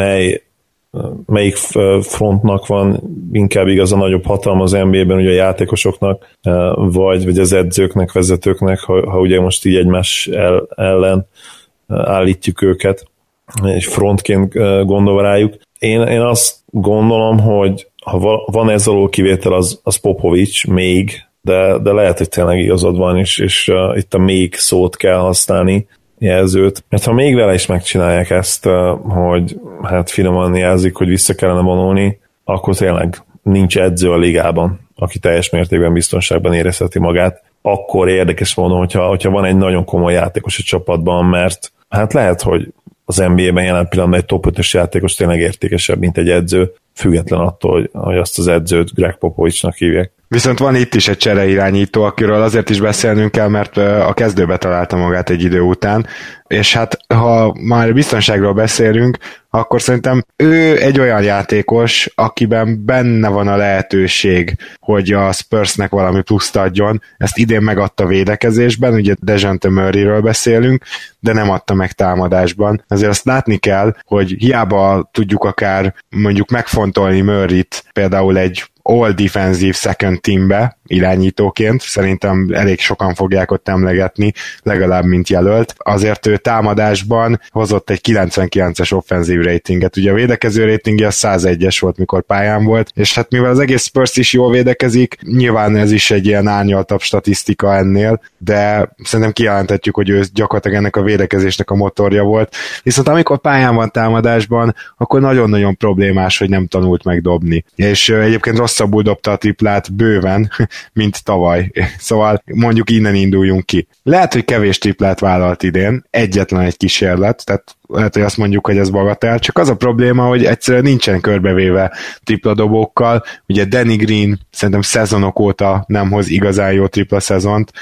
melyik frontnak van inkább igaz a nagyobb hatalma az NBA-ben, ugye a játékosoknak, vagy az edzőknek, vezetőknek, ha ugye most így egymás ellen állítjuk őket, és frontként gondolva rájuk. Én azt gondolom, hogy ha van ez alól kivétel, az Popovics még, de lehet, hogy tényleg igazad van, és itt a még szót kell használni, jelzőt, mert ha még vele is megcsinálják ezt, hogy hát finoman jelzik, hogy vissza kellene vonulni, akkor tényleg nincs edző a ligában, aki teljes mértékben biztonságban érezheti magát. Akkor érdekes volna, hogyha van egy nagyon komoly játékos a csapatban, mert hát lehet, hogy az NBA-ben jelen pillanatban egy top 5-ös játékos tényleg értékesebb, mint egy edző, független attól, hogy azt az edzőt Greg Popovicsnak hívják. Viszont van itt is egy csereirányító, akiről azért is beszélnünk kell, mert a kezdőbe találta magát egy idő után, és hát ha már biztonságról beszélünk, akkor szerintem ő egy olyan játékos, akiben benne van a lehetőség, hogy a Spursnek valami pluszt adjon. Ezt idén megadta védekezésben, ugye Dejounte Murrayről beszélünk, de nem adta meg támadásban. Azért azt látni kell, hogy hiába tudjuk akár mondjuk megfontolni Murrayt például egy all defensive second teambe irányítóként, szerintem elég sokan fogják ott emlegetni, legalább mint jelölt. Azért ő támadásban hozott egy 99-es offenzív ratinget. Ugye a védekező ratingje a 101-es volt, mikor pályán volt, és hát mivel az egész Spurs is jól védekezik, nyilván ez is egy ilyen árnyaltabb statisztika ennél, de szerintem kijelenthetjük, hogy ő gyakorlatilag ennek a védekezésnek a motorja volt. Viszont amikor pályán van támadásban, akkor nagyon-nagyon problémás, hogy nem tanult megdobni. És egyébként rosszabbul dobta a triplát bőven, mint tavaly. Szóval mondjuk innen induljunk ki. Lehet, hogy kevés triplát vállalt idén, egyetlen egy kísérlet, tehát lehet, hogy azt mondjuk, hogy ez bagatel, csak az a probléma, hogy egyszerűen nincsen körbevéve tripladobókkal. Ugye Danny Green szerintem szezonok óta nem hoz igazán jó tripla szezont,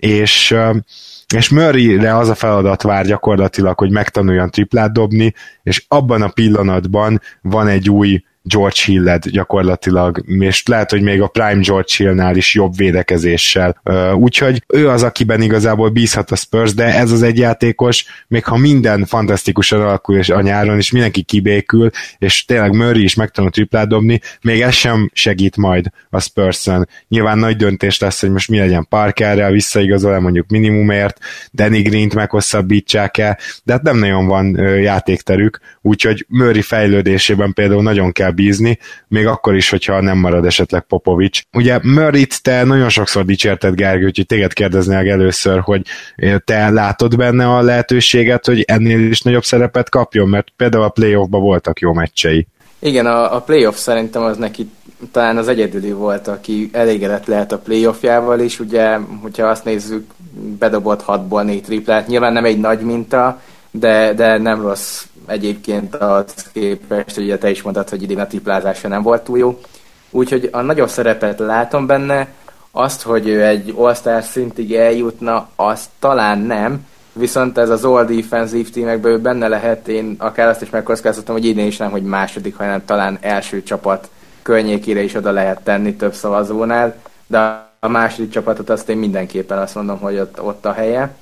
és Murrayre az a feladat vár gyakorlatilag, hogy megtanuljon triplát dobni, és abban a pillanatban van egy új George Hill-ed gyakorlatilag, és lehet, hogy még a Prime George Hill-nál is jobb védekezéssel. Úgyhogy ő az, akiben igazából bízhat a Spurs, de ez az egy játékos, még ha minden fantasztikusan alakul és a nyáron, és mindenki kibékül, és tényleg Murray is megtanul triplát dobni, még ez sem segít majd a Spurs-en. Nyilván nagy döntés lesz, hogy most mi legyen Parkerrel, visszaigazol-e mondjuk minimumért, Danny Greent meghosszabbítsák-e, de hát nem nagyon van játékterük, úgyhogy Murray fejlődésében például nagyon kell bízni, még akkor is, hogyha nem marad esetleg Popovics. Ugye Murrayt te nagyon sokszor dicsérted, Gergő, úgyhogy téged kérdeznék először, hogy te látod benne a lehetőséget, hogy ennél is nagyobb szerepet kapjon, mert például a playoffban voltak jó meccsei. Igen, a playoff szerintem az neki talán az egyedüli volt, aki elégedett lehet a playoffjával is, ugye, hogyha azt nézzük, bedobott 6-ból 4 triplát, nyilván nem egy nagy minta, de nem rossz egyébként az képest, hogy te is mondtad, hogy idén a triplázása nem volt túl jó. Úgyhogy a nagyobb szerepet látom benne, azt, hogy ő egy All-Star szintig eljutna, azt talán nem, viszont ez az all defensive teamekből benne lehet, én akár azt is megkockáztatom, hogy idén is nem, hogy második, hanem talán első csapat környékére is oda lehet tenni több szavazónál, de a második csapatot azt én mindenképpen azt mondom, hogy ott a helye.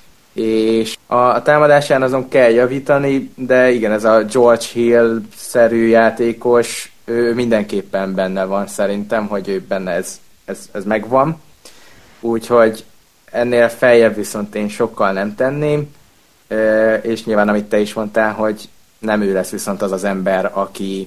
És a támadásán azon kell javítani, de igen, ez a George Hill-szerű játékos, ő mindenképpen benne van szerintem, hogy ő benne ez megvan. Úgyhogy ennél feljebb viszont én sokkal nem tenném, és nyilván amit te is mondtál, hogy nem ő lesz viszont az az ember, aki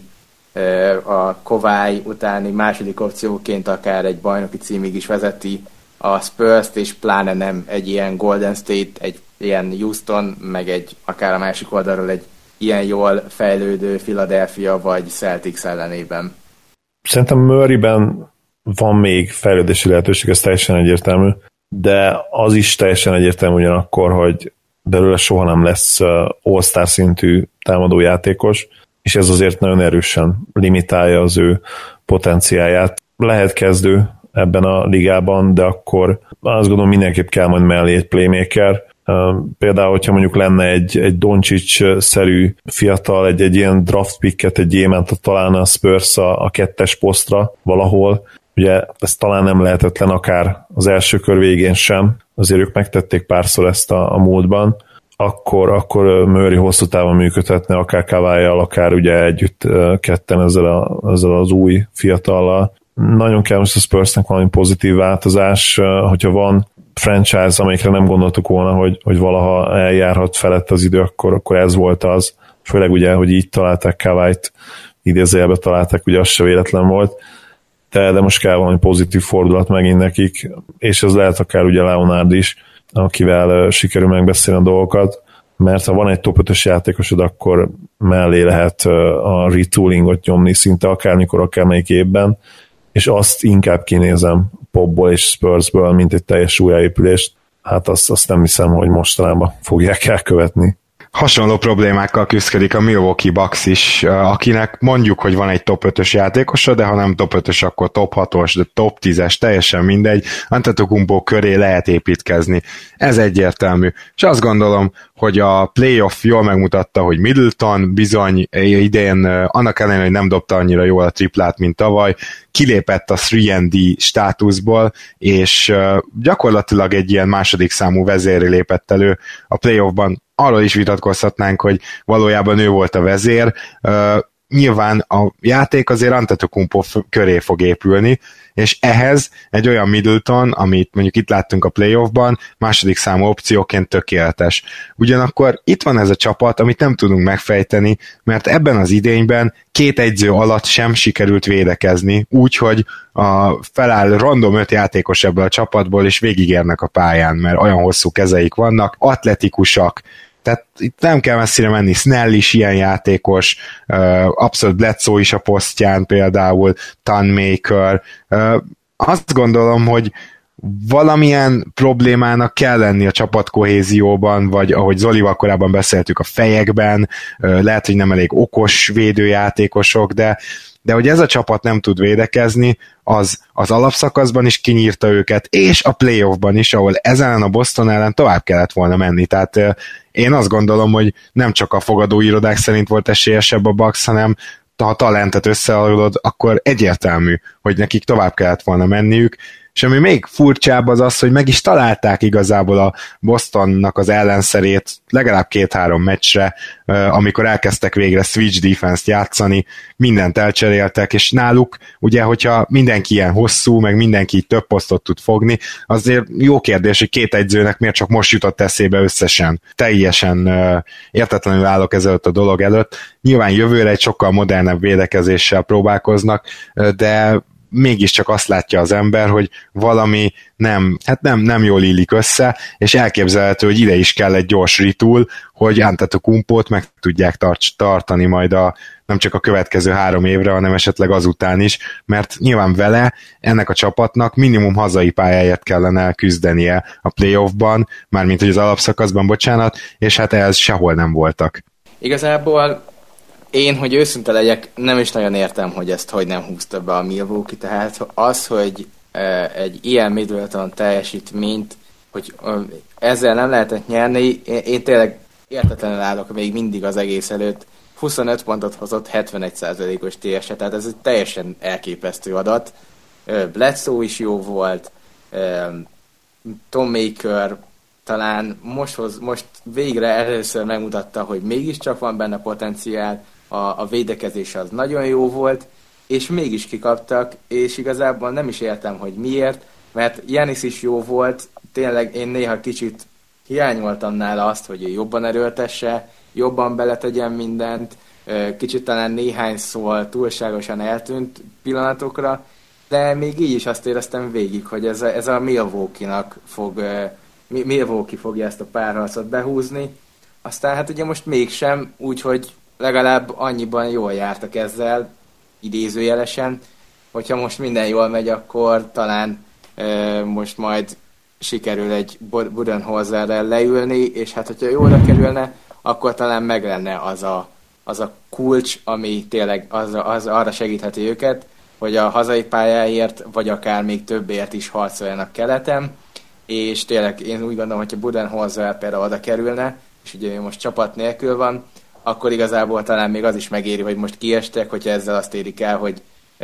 a Kawhi utáni második opcióként akár egy bajnoki címig is vezeti a Spurs-t, és pláne nem egy ilyen Golden State, egy ilyen Houston, meg egy akár a másik oldalról egy ilyen jól fejlődő Philadelphia vagy Celtics ellenében. Szerintem Murrayben van még fejlődési lehetőség, ez teljesen egyértelmű, de az is teljesen egyértelmű ugyanakkor, hogy belőle soha nem lesz all-star szintű támadójátékos, és ez azért nagyon erősen limitálja az ő potenciáját. Lehet kezdő ebben a ligában, de akkor azt gondolom mindenképp kell majd mellé egy playmaker. Például, hogyha mondjuk lenne egy Doncic-szerű fiatal, egy ilyen draft picket, egy gyémántot találna a Spurs a kettes posztra valahol, ugye ez talán nem lehetetlen akár az első kör végén sem, azért ők megtették párszor ezt a múltban, akkor Murray hosszú távon működhetne, akár Kawhi-jal, akár ugye együtt ketten ezzel az új fiatallal. Nagyon kell most a Spursnek valami pozitív változás, hogyha van franchise, amelyikre nem gondoltuk volna, hogy valaha eljárhat felett az idő, akkor ez volt az. Főleg ugye, hogy így találták Kawhi-t, idézőjelbe találták, ugye az se véletlen volt, de most kell valami pozitív fordulat megint nekik, és ez lehet akár ugye Leonard is, akivel sikerül megbeszélni a dolgokat, mert ha van egy top 5-ös játékosod, akkor mellé lehet a retoolingot nyomni szinte akármikor, akármelyik évben, és azt inkább kinézem Popból és Spursből, mint egy teljes újjáépülést. Hát azt nem hiszem, hogy mostanában fogják elkövetni. Hasonló problémákkal küzdik a Milwaukee Bucks is, akinek mondjuk, hogy van egy top 5-ös játékosa, de ha nem top 5-ös, akkor top 6-os, de top 10-es, teljesen mindegy. Antetokounmpo köré lehet építkezni. Ez egyértelmű. És azt gondolom, hogy a playoff jól megmutatta, hogy Middleton bizony idén, annak ellenére, hogy nem dobta annyira jól a triplát, mint tavaly, kilépett a 3&D státuszból, és gyakorlatilag egy ilyen második számú vezérre lépett elő a playoffban. Arról is vitatkozhatnánk, hogy valójában ő volt a vezér. Nyilván a játék azért Antetokounmpo köré fog épülni, és ehhez egy olyan Middleton, amit mondjuk itt láttunk a playoffban, második számú opcióként tökéletes. Ugyanakkor itt van ez a csapat, amit nem tudunk megfejteni, mert ebben az idényben 2 edző alatt sem sikerült védekezni, úgyhogy feláll random 5 játékos ebből a csapatból, és végigérnek a pályán, mert olyan hosszú kezeik vannak, atletikusak, tehát itt nem kell messzire menni, Snell is ilyen játékos, abszolút Bledsoe is a posztján például, Thonmaker. Azt gondolom, hogy valamilyen problémának kell lenni a csapatkohézióban, vagy ahogy Zolival korábban beszéltük, a fejekben, lehet, hogy nem elég okos védőjátékosok, de hogy ez a csapat nem tud védekezni, az alapszakaszban is kinyírta őket, és a playoffban is, ahol ezen a Boston ellen tovább kellett volna menni. Tehát én azt gondolom, hogy nem csak a fogadóirodák szerint volt esélyesebb a Bucks, hanem ha a talentet összeadod, akkor egyértelmű, hogy nekik tovább kellett volna menniük, és ami még furcsább az az, hogy meg is találták igazából a Bostonnak az ellenszerét legalább 2-3 meccsre, amikor elkezdtek végre switch defense-t játszani, mindent elcseréltek, és náluk ugye, hogyha mindenki ilyen hosszú, meg mindenki több posztot tud fogni, azért jó kérdés, hogy 2 edzőnek miért csak most jutott eszébe összesen. Teljesen értetlenül állok ezelőtt a dolog előtt. Nyilván jövőre egy sokkal modernebb védekezéssel próbálkoznak, de mégiscsak azt látja az ember, hogy valami nem jól illik össze, és elképzelhető, hogy ide is kell egy gyors retool, hogy Antetokounmpót meg tudják tartani majd nem csak a következő 3 évre, hanem esetleg azután is, mert nyilván vele ennek a csapatnak minimum hazai pályáért kellene küzdenie a playoffban, mármint hogy az alapszakaszban, bocsánat, és hát ehhez sehol nem voltak. Igazából én, hogy őszinte legyek, nem is nagyon értem, hogy ezt hogy nem húzta be a Milwaukee, tehát az, hogy egy ilyen Middleton teljesítményt, hogy ezzel nem lehetett nyerni, én tényleg értetlenül állok még mindig az egész előtt. 25 pontot hozott, 71%-os TS-e, tehát ez egy teljesen elképesztő adat. Bledsoe is jó volt, Thonmaker talán most végre először megmutatta, hogy mégiscsak van benne potenciál, a védekezés az nagyon jó volt, és mégis kikaptak, és igazából nem is értem, hogy miért, mert Giannis is jó volt, tényleg én néha kicsit hiányoltam nála azt, hogy ő jobban erőltesse, jobban beletegyen mindent, kicsit talán néhány szó túlságosan eltűnt pillanatokra, de még így is azt éreztem végig, hogy ez a Milwaukee fogja ezt a párharcot behúzni. Aztán hát ugye most mégsem, úgyhogy legalább annyiban jól jártak ezzel, idézőjelesen, hogyha most minden jól megy, akkor talán most majd sikerül egy Budenholzerrel leülni, és hát hogyha jól kerülne, akkor talán meg lenne az a kulcs, ami tényleg arra segítheti őket, hogy a hazai pályáért, vagy akár még többért is harcoljanak keleten, és tényleg én úgy gondolom, hogyha Budenholzer például oda kerülne, és ugye most csapat nélkül van, akkor igazából talán még az is megéri, hogy most kiestek, hogyha ezzel azt érik el, hogy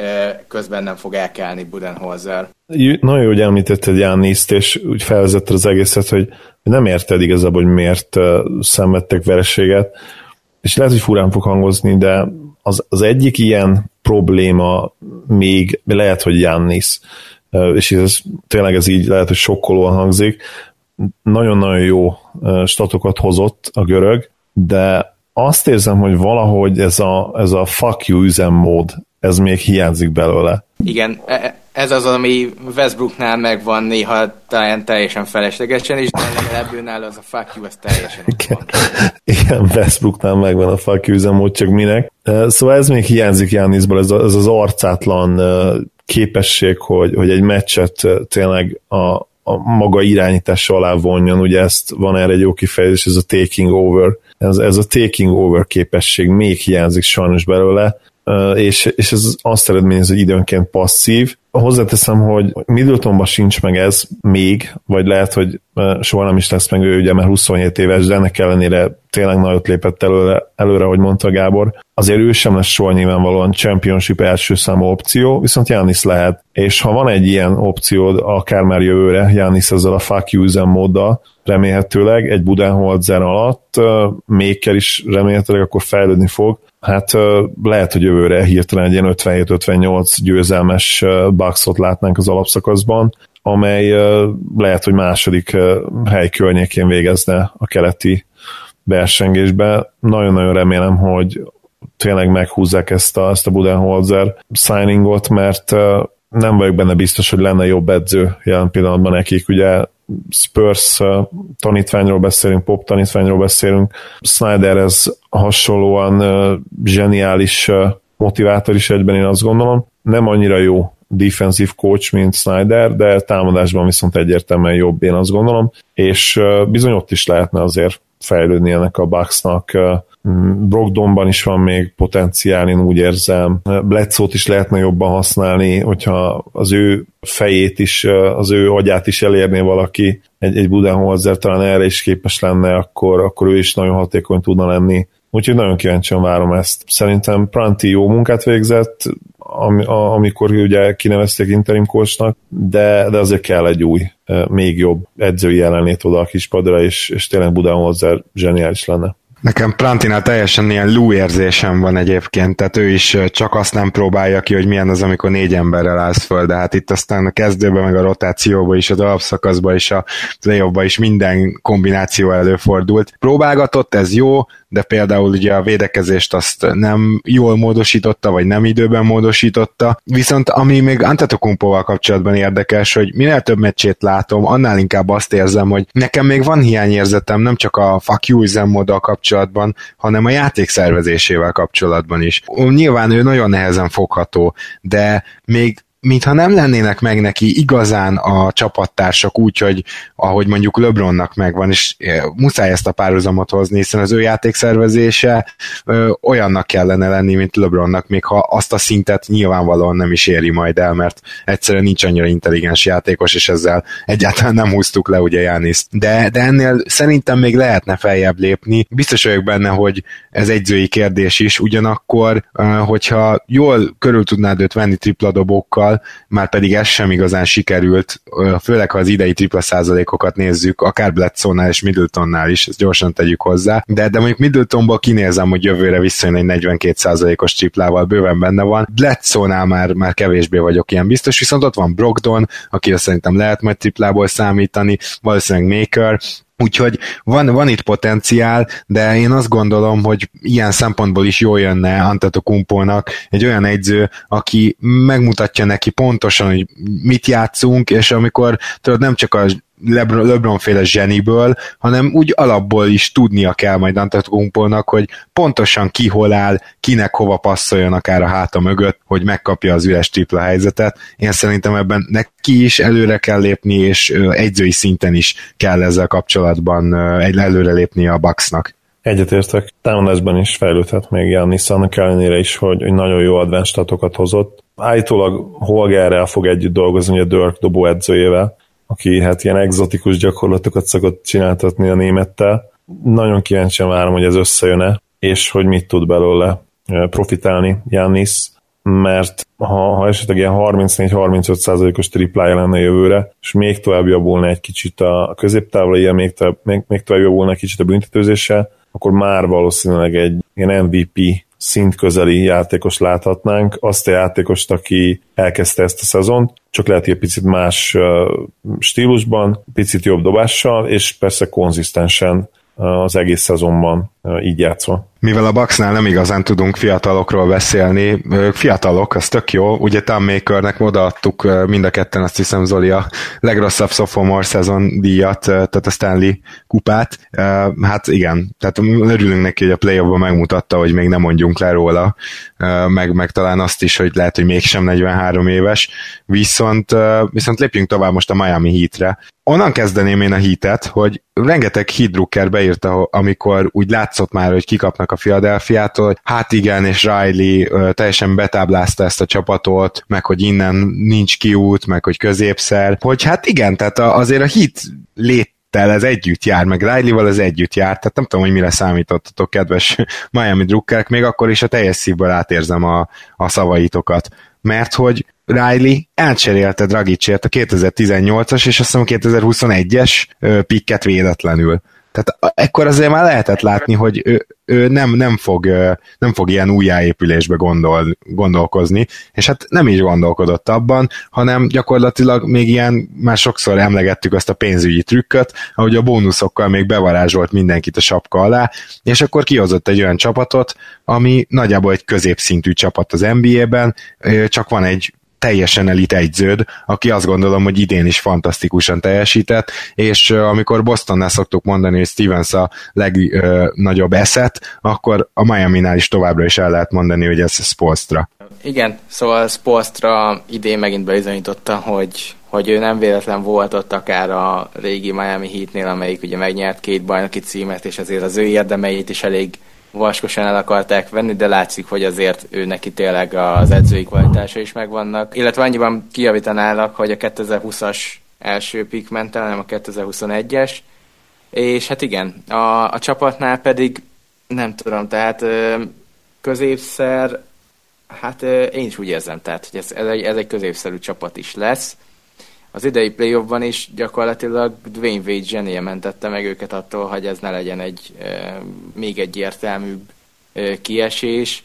közben nem fog elkelni Budenholzer. Nagyon jó, hogy említetted Gianniszt, és úgy felvezetted az egészet, hogy nem érted igazából, hogy miért szenvedtek vereséget, és lehet, hogy furán fog hangozni, de az egyik ilyen probléma még lehet, hogy Giannis, és tényleg ez így lehet, hogy sokkolóan hangzik, nagyon-nagyon jó statokat hozott a görög, de azt érzem, hogy valahogy ez a fuck you üzemmód, ez még hiányzik belőle. Igen, ez az, ami Westbrooknál megvan néha talán teljesen feleslegesen is, de legalább őnál az a fuck you, ez teljesen van. Igen, Westbrooknál megvan a fuck you üzemmód, csak minek. Szóval ez még hiányzik Giannisból, ez az arcátlan képesség, hogy egy meccset tényleg a maga irányítása alá vonjon, ugye ezt van erre egy jó kifejezés, ez a taking over. Ez a taking over képesség még hiányzik sajnos belőle, és ez azt eredményez, hogy időnként passzív. Hozzáteszem, hogy Middletonban sincs meg ez még, vagy lehet, hogy soha nem is lesz meg ő, ugye, mert 27 éves, de ennek ellenére tényleg nagyot lépett előre, ahogy mondta Gábor. Azért ő sem lesz soha nyilvánvalóan championship első számú opció, viszont Giannis lehet. És ha van egy ilyen opciód, akár már jövőre, Giannis ezzel a fuck you üzemmóddal, remélhetőleg egy Budenholzer alatt, Maker is remélhetőleg akkor fejlődni fog. Hát lehet, hogy jövőre hirtelen egy ilyen 57-58 győzelmes Bucksot látnánk az alapszakaszban, amely lehet, hogy második hely környékén végezne a keleti versengésbe. Nagyon-nagyon remélem, hogy tényleg meghúzzák ezt a Budenholzer signingot, mert nem vagyok benne biztos, hogy lenne jobb edző jelen pillanatban nekik. Ugye Spurs tanítványról beszélünk, Pop tanítványról beszélünk, Snyderhez hasonlóan zseniális motivátor is egyben, én azt gondolom. Nem annyira jó defensive coach, mint Snyder, de támadásban viszont egyértelműen jobb, én azt gondolom, és bizony ott is lehetne azért fejlődni ennek a Bucksnak. Brogdonban is van még potenciál, én úgy érzem. Bledsoe-t is lehetne jobban használni, hogyha az ő fejét is, az ő agyát is elérné valaki, egy Budenholzer talán erre is képes lenne, akkor ő is nagyon hatékony tudna lenni. Úgyhogy nagyon kíváncsian várom ezt. Szerintem Pranti jó munkát végzett, amikor ugye kinevezték interim coachnak, de azért kell egy új, még jobb edzői jelenlét oda a kispadra, és tényleg Budenholzer zseniális lenne. Nekem Prantinál teljesen ilyen Lou érzésem van egyébként, tehát ő is csak azt nem próbálja ki, hogy milyen az, amikor 4 emberrel állsz föl, de hát itt aztán a kezdőben, meg a rotációban is, az alapszakaszban is, a playoffban is minden kombináció előfordult. Próbálgatott, ez jó, de például ugye a védekezést azt nem jól módosította, vagy nem időben módosította. Viszont ami még Antetokounmpoval kapcsolatban érdekes, hogy minél több meccsét látom, annál inkább azt érzem, hogy nekem még van hiányérzetem nem csak a fuck you üzemmóddal kapcsolatban, hanem a játék szervezésével kapcsolatban is. Nyilván ő nagyon nehezen fogható, de még mintha nem lennének meg neki igazán a csapattársak úgy, hogy ahogy mondjuk LeBronnak megvan, és muszáj ezt a párhuzamot hozni, hiszen az ő játékszervezése olyannak kellene lenni, mint LeBronnak, még ha azt a szintet nyilvánvalóan nem is éri majd el, mert egyszerűen nincs annyira intelligens játékos, és ezzel egyáltalán nem húztuk le ugye Gianniszt. De ennél szerintem még lehetne feljebb lépni. Biztos vagyok benne, hogy ez egyzői kérdés is, ugyanakkor, hogyha jól körül tudnád őt venni tripladobókkal, már pedig ez sem igazán sikerült, főleg ha az idei tripla százalékokat nézzük, akár Bledsoe-nál és Middletonnál is, ezt gyorsan tegyük hozzá, de mondjuk Middletonból kinézem, hogy jövőre visszajön egy 42 százalékos triplával, bőven benne van. Bledsoe-nál már kevésbé vagyok ilyen biztos, viszont ott van Brogdon, akire szerintem lehet majd triplából számítani, valószínűleg Maker, Úgyhogy van itt potenciál, de én azt gondolom, hogy ilyen szempontból is jól jönne Antetokounmpónak egy olyan edző, aki megmutatja neki pontosan, hogy mit játszunk, és amikor tudod, nem csak a LeBron-féle zseniből, hanem úgy alapból is tudnia kell majd Antetokounmpónak, hogy pontosan ki hol áll, kinek hova passzoljon akár a háta mögött, hogy megkapja az üres tripla helyzetet. Én szerintem ebben neki is előre kell lépni, és edzői szinten is kell ezzel kapcsolatban előre lépni a Bucksnak. Egyetértek, támadásban is fejlődhet még Giannis, annak ellenére is, hogy nagyon jó advanced statokat hozott. Állítólag Holgerrel fog együtt dolgozni a Dirk dobó edzőjével, aki hát ilyen egzotikus gyakorlatokat szokott csináltatni a némettel. Nagyon kíváncsian várom, hogy ez összejön-e, és hogy mit tud belőle profitálni Giannis, mert ha esetleg ilyen 34-35%-os triplája lenne jövőre, és még tovább javulna egy kicsit a középtávlaija, még tovább javulna egy kicsit a büntetőzéssel, akkor már valószínűleg egy ilyen MVP szint közeli játékos láthatnánk, azt a játékost, aki elkezdte ezt a szezont, csak lehet, hogy egy picit más stílusban, picit jobb dobással, és persze konzisztensen az egész szezonban így játszva. Mivel a Bucksnál nem igazán tudunk fiatalokról beszélni, fiatalok, az tök jó, ugye Thon Makernek odaadtuk mind a ketten, azt hiszem Zoli, a legrosszabb sophomore szezon díjat, tehát a Stanley kupát. Hát igen, tehát örülünk neki, hogy a play-offban megmutatta, hogy még nem mondjunk le róla, meg talán azt is, hogy lehet, hogy mégsem 43 éves, viszont lépjünk tovább most a Miami Heatre. Onnan kezdeném én a Heatet, hogy rengeteg Heat drukker beírta, amikor úgy látszott már, hogy kikapnak a Philadelphiától, hogy hát igen, és Riley teljesen betáblázta ezt a csapatot, meg hogy innen nincs kiút, meg hogy középszer, hogy hát igen, tehát azért a Heat léttel ez együtt jár, meg Riley-val ez együtt jár, tehát nem tudom, hogy mire számítottatok, kedves Miami drukkerek, még akkor is a teljes szívből átérzem a szavaitokat, mert hogy Riley elcserélte Dragicért a 2018-as és azt hiszem a 2021-es pikket véletlenül. Tehát ekkor azért már lehetett látni, hogy ő nem fog ilyen újjáépülésbe gondolkozni, és hát nem is gondolkodott abban, hanem gyakorlatilag még ilyen, már sokszor emlegettük azt a pénzügyi trükköt, ahogy a bónuszokkal még bevarázsolt mindenkit a sapka alá, és akkor kihozott egy olyan csapatot, ami nagyjából egy középszintű csapat az NBA-ben, csak van egy teljesen elit egyződ, aki azt gondolom, hogy idén is fantasztikusan teljesített, és amikor Bostonnál szoktuk mondani, hogy Stevens a legnagyobb eszet, akkor a Miami-nál is továbbra is el lehet mondani, hogy ez Spoelstra. Igen, szóval Spoelstra idén megint bizonyította, hogy ő nem véletlen volt ott akár a régi Miami Heatnél, amelyik ugye megnyert 2 bajnoki címet, és azért az ő érdemeit is elég vaskosan el akarták venni, de látszik, hogy azért ő neki tényleg az edzői kvalitása is megvannak. Illetve annyiban kijavítanálak, hogy a 2020-as első pick ment el, nem a 2021-es, és hát igen, a csapatnál pedig nem tudom, tehát középszer, hát én is úgy érzem, tehát hogy ez egy középszerű csapat is lesz. Az idei playoffban is gyakorlatilag Dwayne Wade zsenie mentette meg őket attól, hogy ez ne legyen még egy értelműbb kiesés,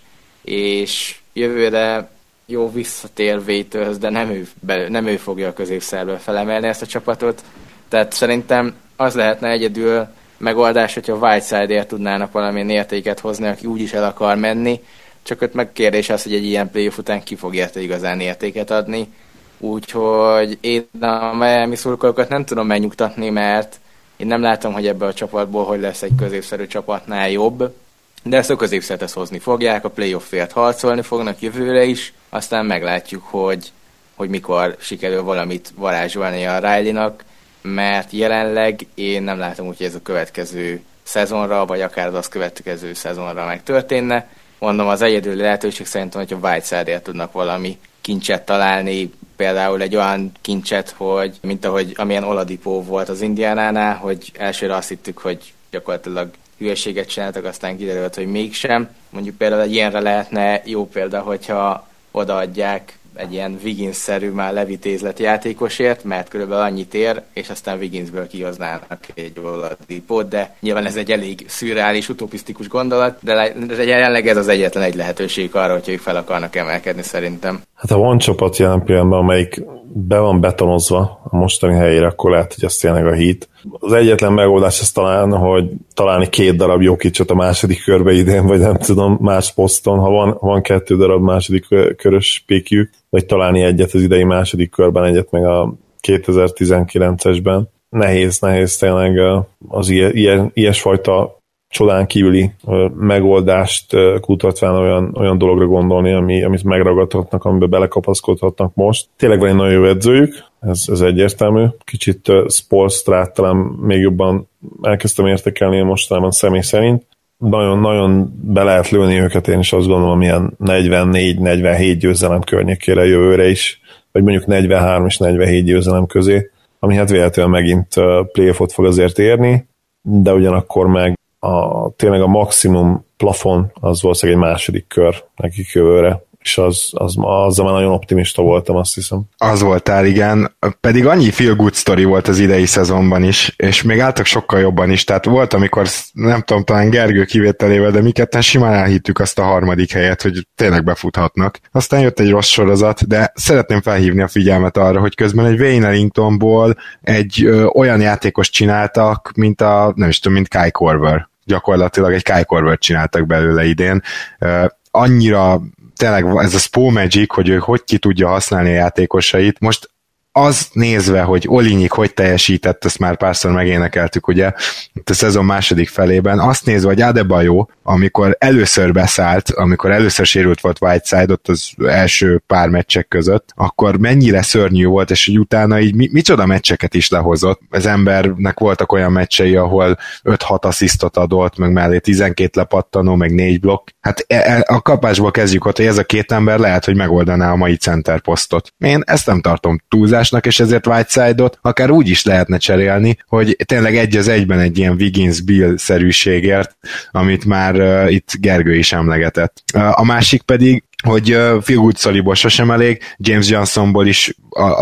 és jövőre jó visszatér Wade-höz, de nem ő fogja a középszerből felemelni ezt a csapatot. Tehát szerintem az lehetne egyedül megoldás, hogyha Whiteside-ért tudnának valamilyen értéket hozni, aki úgyis el akar menni, csak ott meg kérdés az, hogy egy ilyen playoff után ki fog érte igazán értéket adni. Úgyhogy én a Miami szurkolókat nem tudom megnyugtatni, mert én nem látom, hogy ebből a csapatból hogy lesz egy középszerű csapatnál jobb, de ezt a középszert hozni fogják, a playoffért harcolni fognak jövőre is, aztán meglátjuk, hogy mikor sikerül valamit varázsolni a Riley-nak, mert jelenleg én nem látom úgy, hogy ez a következő szezonra, vagy akár az azt következő szezonra megtörténne. Mondom, az egyedüli lehetőség szerintem, hogyha Whiteside-ért tudnak valami kincset találni, például egy olyan kincset, hogy mint amilyen Oladipo volt az Indiánánál, hogy elsőre azt hittük, hogy gyakorlatilag hülyeséget csináltak, aztán kiderült, hogy mégsem. Mondjuk például egy ilyenre lehetne jó példa, hogyha odaadják egy ilyen Wiggins-szerű már levitézlet játékosért, mert körülbelül annyit ér, és aztán Wigginsből kihoznának egy Oladipót, de nyilván ez egy elég szürreális, utopisztikus gondolat, de jelenleg ez az egyetlen egy lehetőség arra, hogy ők fel akarnak emelkedni szerintem. Hát ha van csapat jelen pillanatban, amelyik be van betonozva a mostani helyére, akkor lehet, hogy ez tényleg a Heat. Az egyetlen megoldás ez talán, hogy találni 2 darab Jokicot a második körbe idén, vagy nem tudom, más poszton, ha van 2 darab második körös pékjük, vagy találni egyet az idei második körben, egyet meg a 2019-esben. Nehéz tényleg az ilyesfajta csodán kívüli megoldást kutatván olyan dologra gondolni, amit megragadhatnak, amiben belekapaszkodhatnak most. Tényleg van egy nagyon jó edzőjük, ez egyértelmű. Kicsit Spoelstrát talán még jobban elkezdtem értékelni mostanában személy szerint. Nagyon-nagyon be lehet lőni őket, én is azt gondolom, ilyen 44-47 győzelem környékére jövőre is, vagy mondjuk 43 és 47 győzelem közé, ami hát véletlenül megint playoffot fog azért érni, de ugyanakkor meg tényleg a maximum plafon az valószínűleg egy második kör nekik jövőre, és azzal már nagyon optimista voltam, azt hiszem. Az voltál, igen. Pedig annyi feel good story volt az idei szezonban is, és még álltak sokkal jobban is, tehát volt, amikor nem tudom, talán Gergő kivételével, de mi ketten simán elhittük azt a 3. helyet, hogy tényleg befuthatnak. Aztán jött egy rossz sorozat, de szeretném felhívni a figyelmet arra, hogy közben egy Wayne Ellingtonból egy olyan játékos csináltak, mint Kai Korver. Gyakorlatilag egy Kai Korvert csináltak belőle idén. Annyira tényleg ez a Spo Magic, hogy ő hogy ki tudja használni a játékosait. Most az nézve, hogy Olinyik hogy teljesített, ezt már párszor megénekeltük, ugye, itt a szezon második felében, azt nézve, hogy Adebayo, amikor először beszállt, amikor először sérült volt Whiteside ott az első pár meccsek között, akkor mennyire szörnyű volt, és hogy utána így micsoda meccseket is lehozott. Az embernek voltak olyan meccsei, ahol 5-6 asszisztot adott, meg mellé 12 lepattanó, meg 4 blokk. Hát a kapásból kezdjük ott, hogy ez a 2 ember lehet, hogy megoldaná a mai center posztot. Én ezt nem tartom túlzásnak, és ezért Whiteside-ot akár úgy is lehetne cserélni, hogy tényleg egy az egyben egy ilyen Wiggins-Bill-szerűségért, amit már itt Gergő is emlegetett. A másik pedig, hogy feel good storyból sosem elég, James Johnsonból is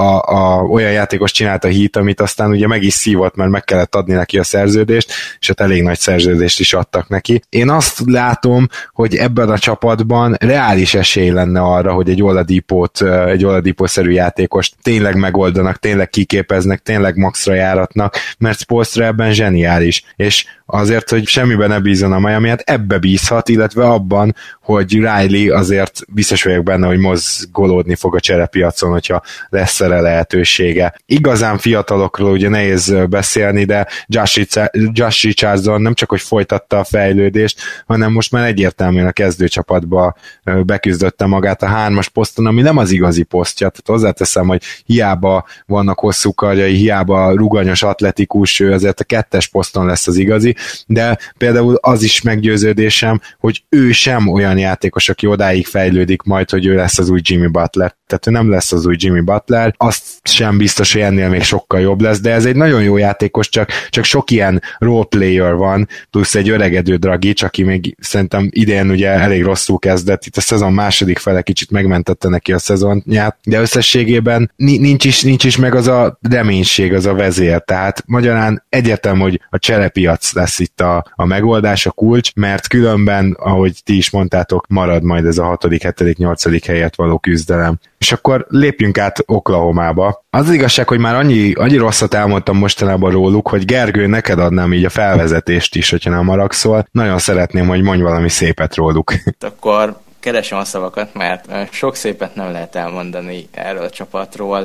olyan játékos csinálta a Heat, amit aztán ugye meg is szívott, mert meg kellett adni neki a szerződést, és ott elég nagy szerződést is adtak neki. Én azt látom, hogy ebben a csapatban reális esély lenne arra, hogy egy Oladipo-szerű játékost tényleg megoldanak, tényleg kiképeznek, tényleg maxra járatnak, mert Spoelstra ebben zseniális, és azért, hogy semmiben ne bízon a Miami, hát ebbe bízhat, illetve abban, hogy Riley azért biztos vagyok benne, hogy mozgolódni fog a cserepiacon, hogyha lesz erre lehetősége. Igazán fiatalokról ugye nehéz beszélni, de Josh Richardson nem csak, hogy folytatta a fejlődést, hanem most már egyértelműen a kezdőcsapatba beküzdötte magát a 3-as poszton, ami nem az igazi posztja. Tehát hozzáteszem, hogy hiába vannak hosszú karjai, hiába ruganyos, atletikus, ő azért a 2-es poszton lesz az igazi, de például az is meggyőződésem, hogy ő sem olyan játékos, aki odáig fejlődik majd, hogy ő lesz az új Jimmy Butler. Tehát ő nem lesz az új Jimmy Butler, azt sem biztos, hogy ennél még sokkal jobb lesz, de ez egy nagyon jó játékos, csak sok ilyen role player van, plusz egy öregedő Dragic, aki még szerintem idén ugye elég rosszul kezdett, itt a szezon második fele kicsit megmentette neki a szezonját, de összességében nincs is meg az a reménység, az a vezér, tehát magyarán egyértelmű, hogy a cserepiac lesz itt a megoldás, a kulcs, mert különben, ahogy ti is mondtátok, marad majd ez a 6., 7., 8. helyet való küzdelem. És akkor lépjünk át Oklahomába. Az igazság, hogy már annyi rosszat elmondtam mostanában róluk, hogy Gergő, neked adnám így a felvezetést is, hogyha nem haragszol. Nagyon szeretném, hogy mondj valami szépet róluk. Akkor keresem a szavakat, mert sok szépet nem lehet elmondani erről a csapatról.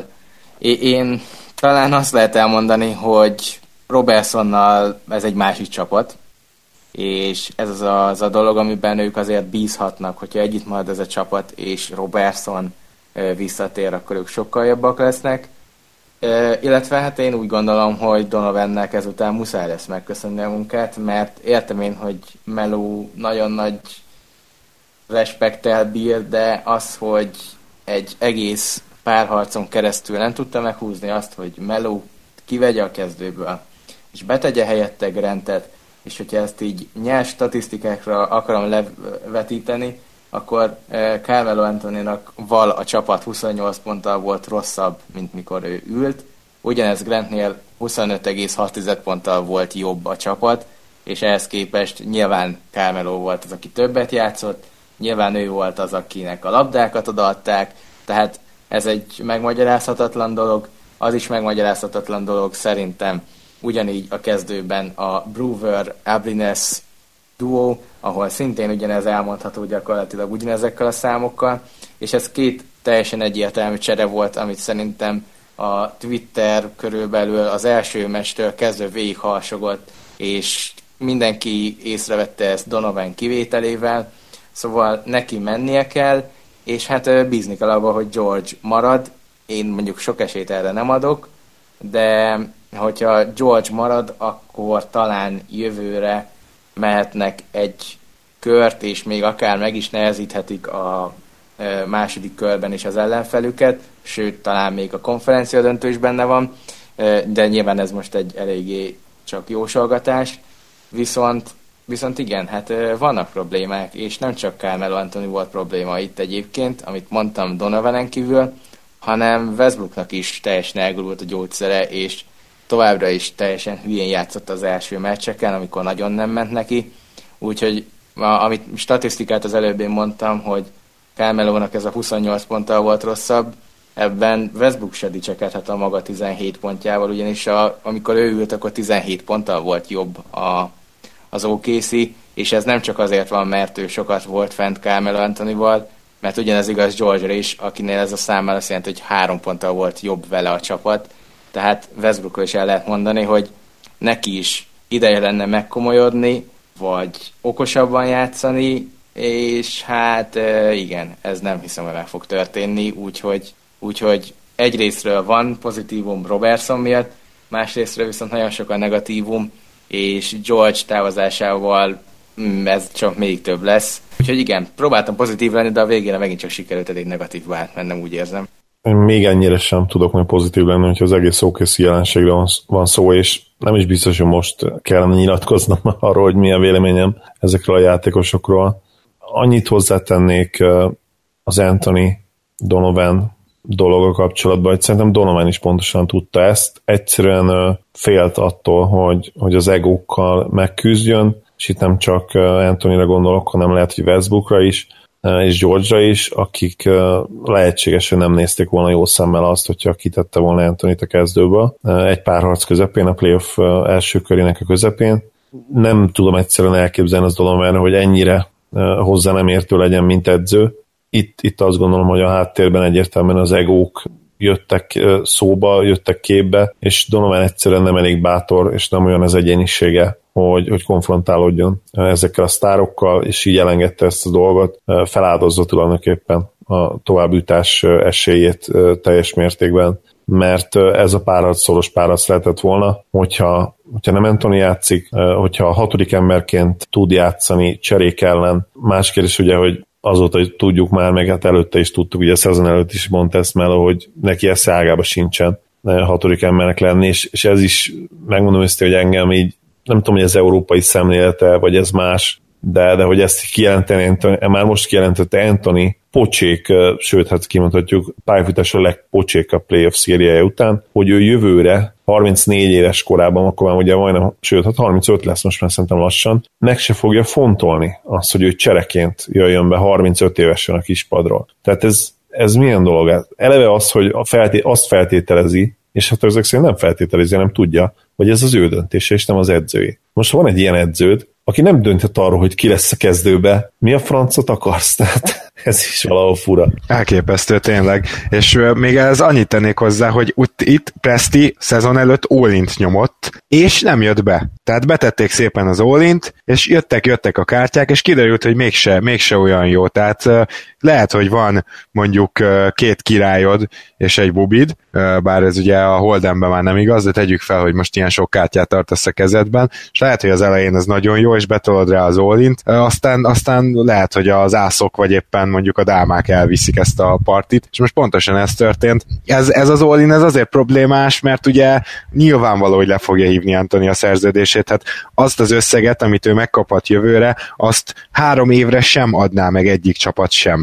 Én talán azt lehet elmondani, hogy Robertsonnal ez egy másik csapat, és ez az a dolog, amiben ők azért bízhatnak, hogyha együtt marad ez a csapat, és Robertson visszatér, akkor ők sokkal jobbak lesznek. Illetve hát én úgy gondolom, hogy Donovannek ezután muszáj lesz megköszönni a munkát, mert értem én, hogy Melo nagyon nagy respekttel bír, de az, hogy egy egész párharcon keresztül nem tudta meghúzni azt, hogy Melo kivegye a kezdőből, és betegye helyette Grantet, és hogyha ezt így nyers statisztikákra akarom levetíteni, akkor Carmelo Anthonynak a csapat 28 ponttal volt rosszabb, mint mikor ő ült. Ugyanez Grantnél 25,6 ponttal volt jobb a csapat, és ehhez képest nyilván Carmelo volt az, aki többet játszott, nyilván ő volt az, akinek a labdákat odaadták, tehát Ez egy megmagyarázhatatlan dolog, az is megmagyarázhatatlan dolog szerintem ugyanígy a kezdőben a Brewer-Abrines duó, ahol szintén ugyanez elmondható gyakorlatilag ugyanezekkel a számokkal, és ez két teljesen egyértelmű csere volt, amit szerintem a Twitter körülbelül az első meccstől kezdve végighalsogott, és mindenki észrevette ezt Donovan kivételével, szóval neki mennie kell, és hát bízni kell abba, hogy George marad. Én mondjuk sok esélyt erre nem adok, de hogyha George marad, akkor talán jövőre mehetnek egy kört, és még akár meg is nehezíthetik a második körben is az ellenfelüket, sőt, talán még a konferencia döntő is benne van, de nyilván ez most egy eléggé csak jósolgatás, viszont igen, hát vannak problémák, és nem csak Carmelo Anthony volt probléma itt egyébként, amit mondtam Donovanen kívül, hanem Westbrooknak is teljesen elgurult a gyógyszere, és továbbra is teljesen hülyén játszott az első meccseken, amikor nagyon nem ment neki, úgyhogy amit statisztikát az előbb én mondtam, hogy Carmelónak ez a 28 ponttal volt rosszabb, ebben Westbrook se dicsekedhet a maga 17 pontjával, ugyanis amikor ő ült, akkor 17 ponttal volt jobb az OKC, és ez nem csak azért van, mert ő sokat volt fent Carmelo Anthonyval, mert ugyanez igaz George-ra is, akinél ez a szám azt jelenti, hogy 3 ponttal volt jobb vele a csapat, tehát Westbrookról is el lehet mondani, hogy neki is ideje lenne megkomolyodni, vagy okosabban játszani, és hát igen, ez nem hiszem, hogy meg fog történni, úgyhogy egyrésztről van pozitívum Robertson miatt, másrésztről viszont nagyon sok a negatívum, és George távozásával ez csak még több lesz. Úgyhogy igen, próbáltam pozitív lenni, de a végére megint csak sikerült egy negatívba átmennem, úgy érzem. Én még ennyire sem tudok majd pozitív lenni, hogyha az egész OKC jelenségre van szó, és nem is biztos, hogy most kellene nyilatkoznom arról, hogy milyen véleményem ezekről a játékosokról. Annyit hozzátennék az Anthony Donovan dologgal kapcsolatban, hogy szerintem Donovan is pontosan tudta ezt. Egyszerűen félt attól, hogy az egókkal megküzdjön, és itt nem csak Anthonyra gondolok, hanem lehet, hogy Westbrookra is, és George-ra is, akik lehetségesen nem nézték volna jó szemmel azt, hogyha kitette volna Anthony-t a kezdőből. Egy párharc közepén, a playoff első körének a közepén. Nem tudom egyszerűen elképzelni az Donovanra, hogy ennyire hozzá nem értő legyen, mint edző. Itt azt gondolom, hogy a háttérben egyértelműen az egók jöttek szóba, jöttek képbe, és Donovan egyszerűen nem elég bátor, és nem olyan az egyénisége, hogy konfrontálódjon ezekkel a sztárokkal, és így elengedte ezt a dolgot, feláldozza tulajdonképpen a továbbjutás esélyét teljes mértékben, mert ez a párharc szoros párharc lehetett volna, hogyha nem Anthony játszik, hogyha a hatodik emberként tud játszani cserék ellen. Más kérdés ugye, hogy azóta, hogy tudjuk már, meg hát előtte is tudtuk, ugye a szezon előtt is mondta ezt Melo, hogy neki esze ágába sincsen hatodik embernek lenni, és ez is, megmondom őszintén, hogy engem így, nem tudom, hogy ez európai szemlélete, vagy ez más, de hogy ezt kijelenteni, már most kijelentette Anthony pocsék, sőt, hát kimondhatjuk, pályafutásra legpocsék a playoff szériája után, hogy ő jövőre 34 éves korában, akkor már ugye majdnem, sőt, hát 35 lesz most már szerintem lassan, meg se fogja fontolni azt, hogy ő csereként jöjjön be 35 évesen a kispadról. Tehát ez milyen dolog? Eleve az, hogy azt feltételezi, és hát ezek szerint nem feltételezi, nem tudja, hogy ez az ő döntése, és nem az edzői. Most van egy ilyen edződ, aki nem dönthet arról, hogy ki lesz a kezdőbe, mi a francot akarsz? Tehát ez is valahol fura. Elképesztő tényleg, és még ez annyit tennék hozzá, hogy itt Presti szezon előtt all-int nyomott, és nem jött be. Tehát betették szépen az all-int, és jöttek a kártyák, és kiderült, hogy mégse olyan jó. Tehát lehet, hogy van mondjuk 2 királyod és egy bubid, bár ez ugye a Holdenben már nem igaz, de tegyük fel, hogy most ilyen sok kártyát tartasz a kezedben, és lehet, hogy az elején ez nagyon jó, és betolod rá az all-int, aztán lehet, hogy az ászok, vagy éppen mondjuk a dámák elviszik ezt a partit, és most pontosan ez történt. Ez az all-in, ez azért problémás, mert ugye nyilvánvaló, hogy le fogja hívni Anthony a szerződését, hát azt az összeget, amit ő megkaphat jövőre, azt 3 évre sem adná meg egyik csapat sem.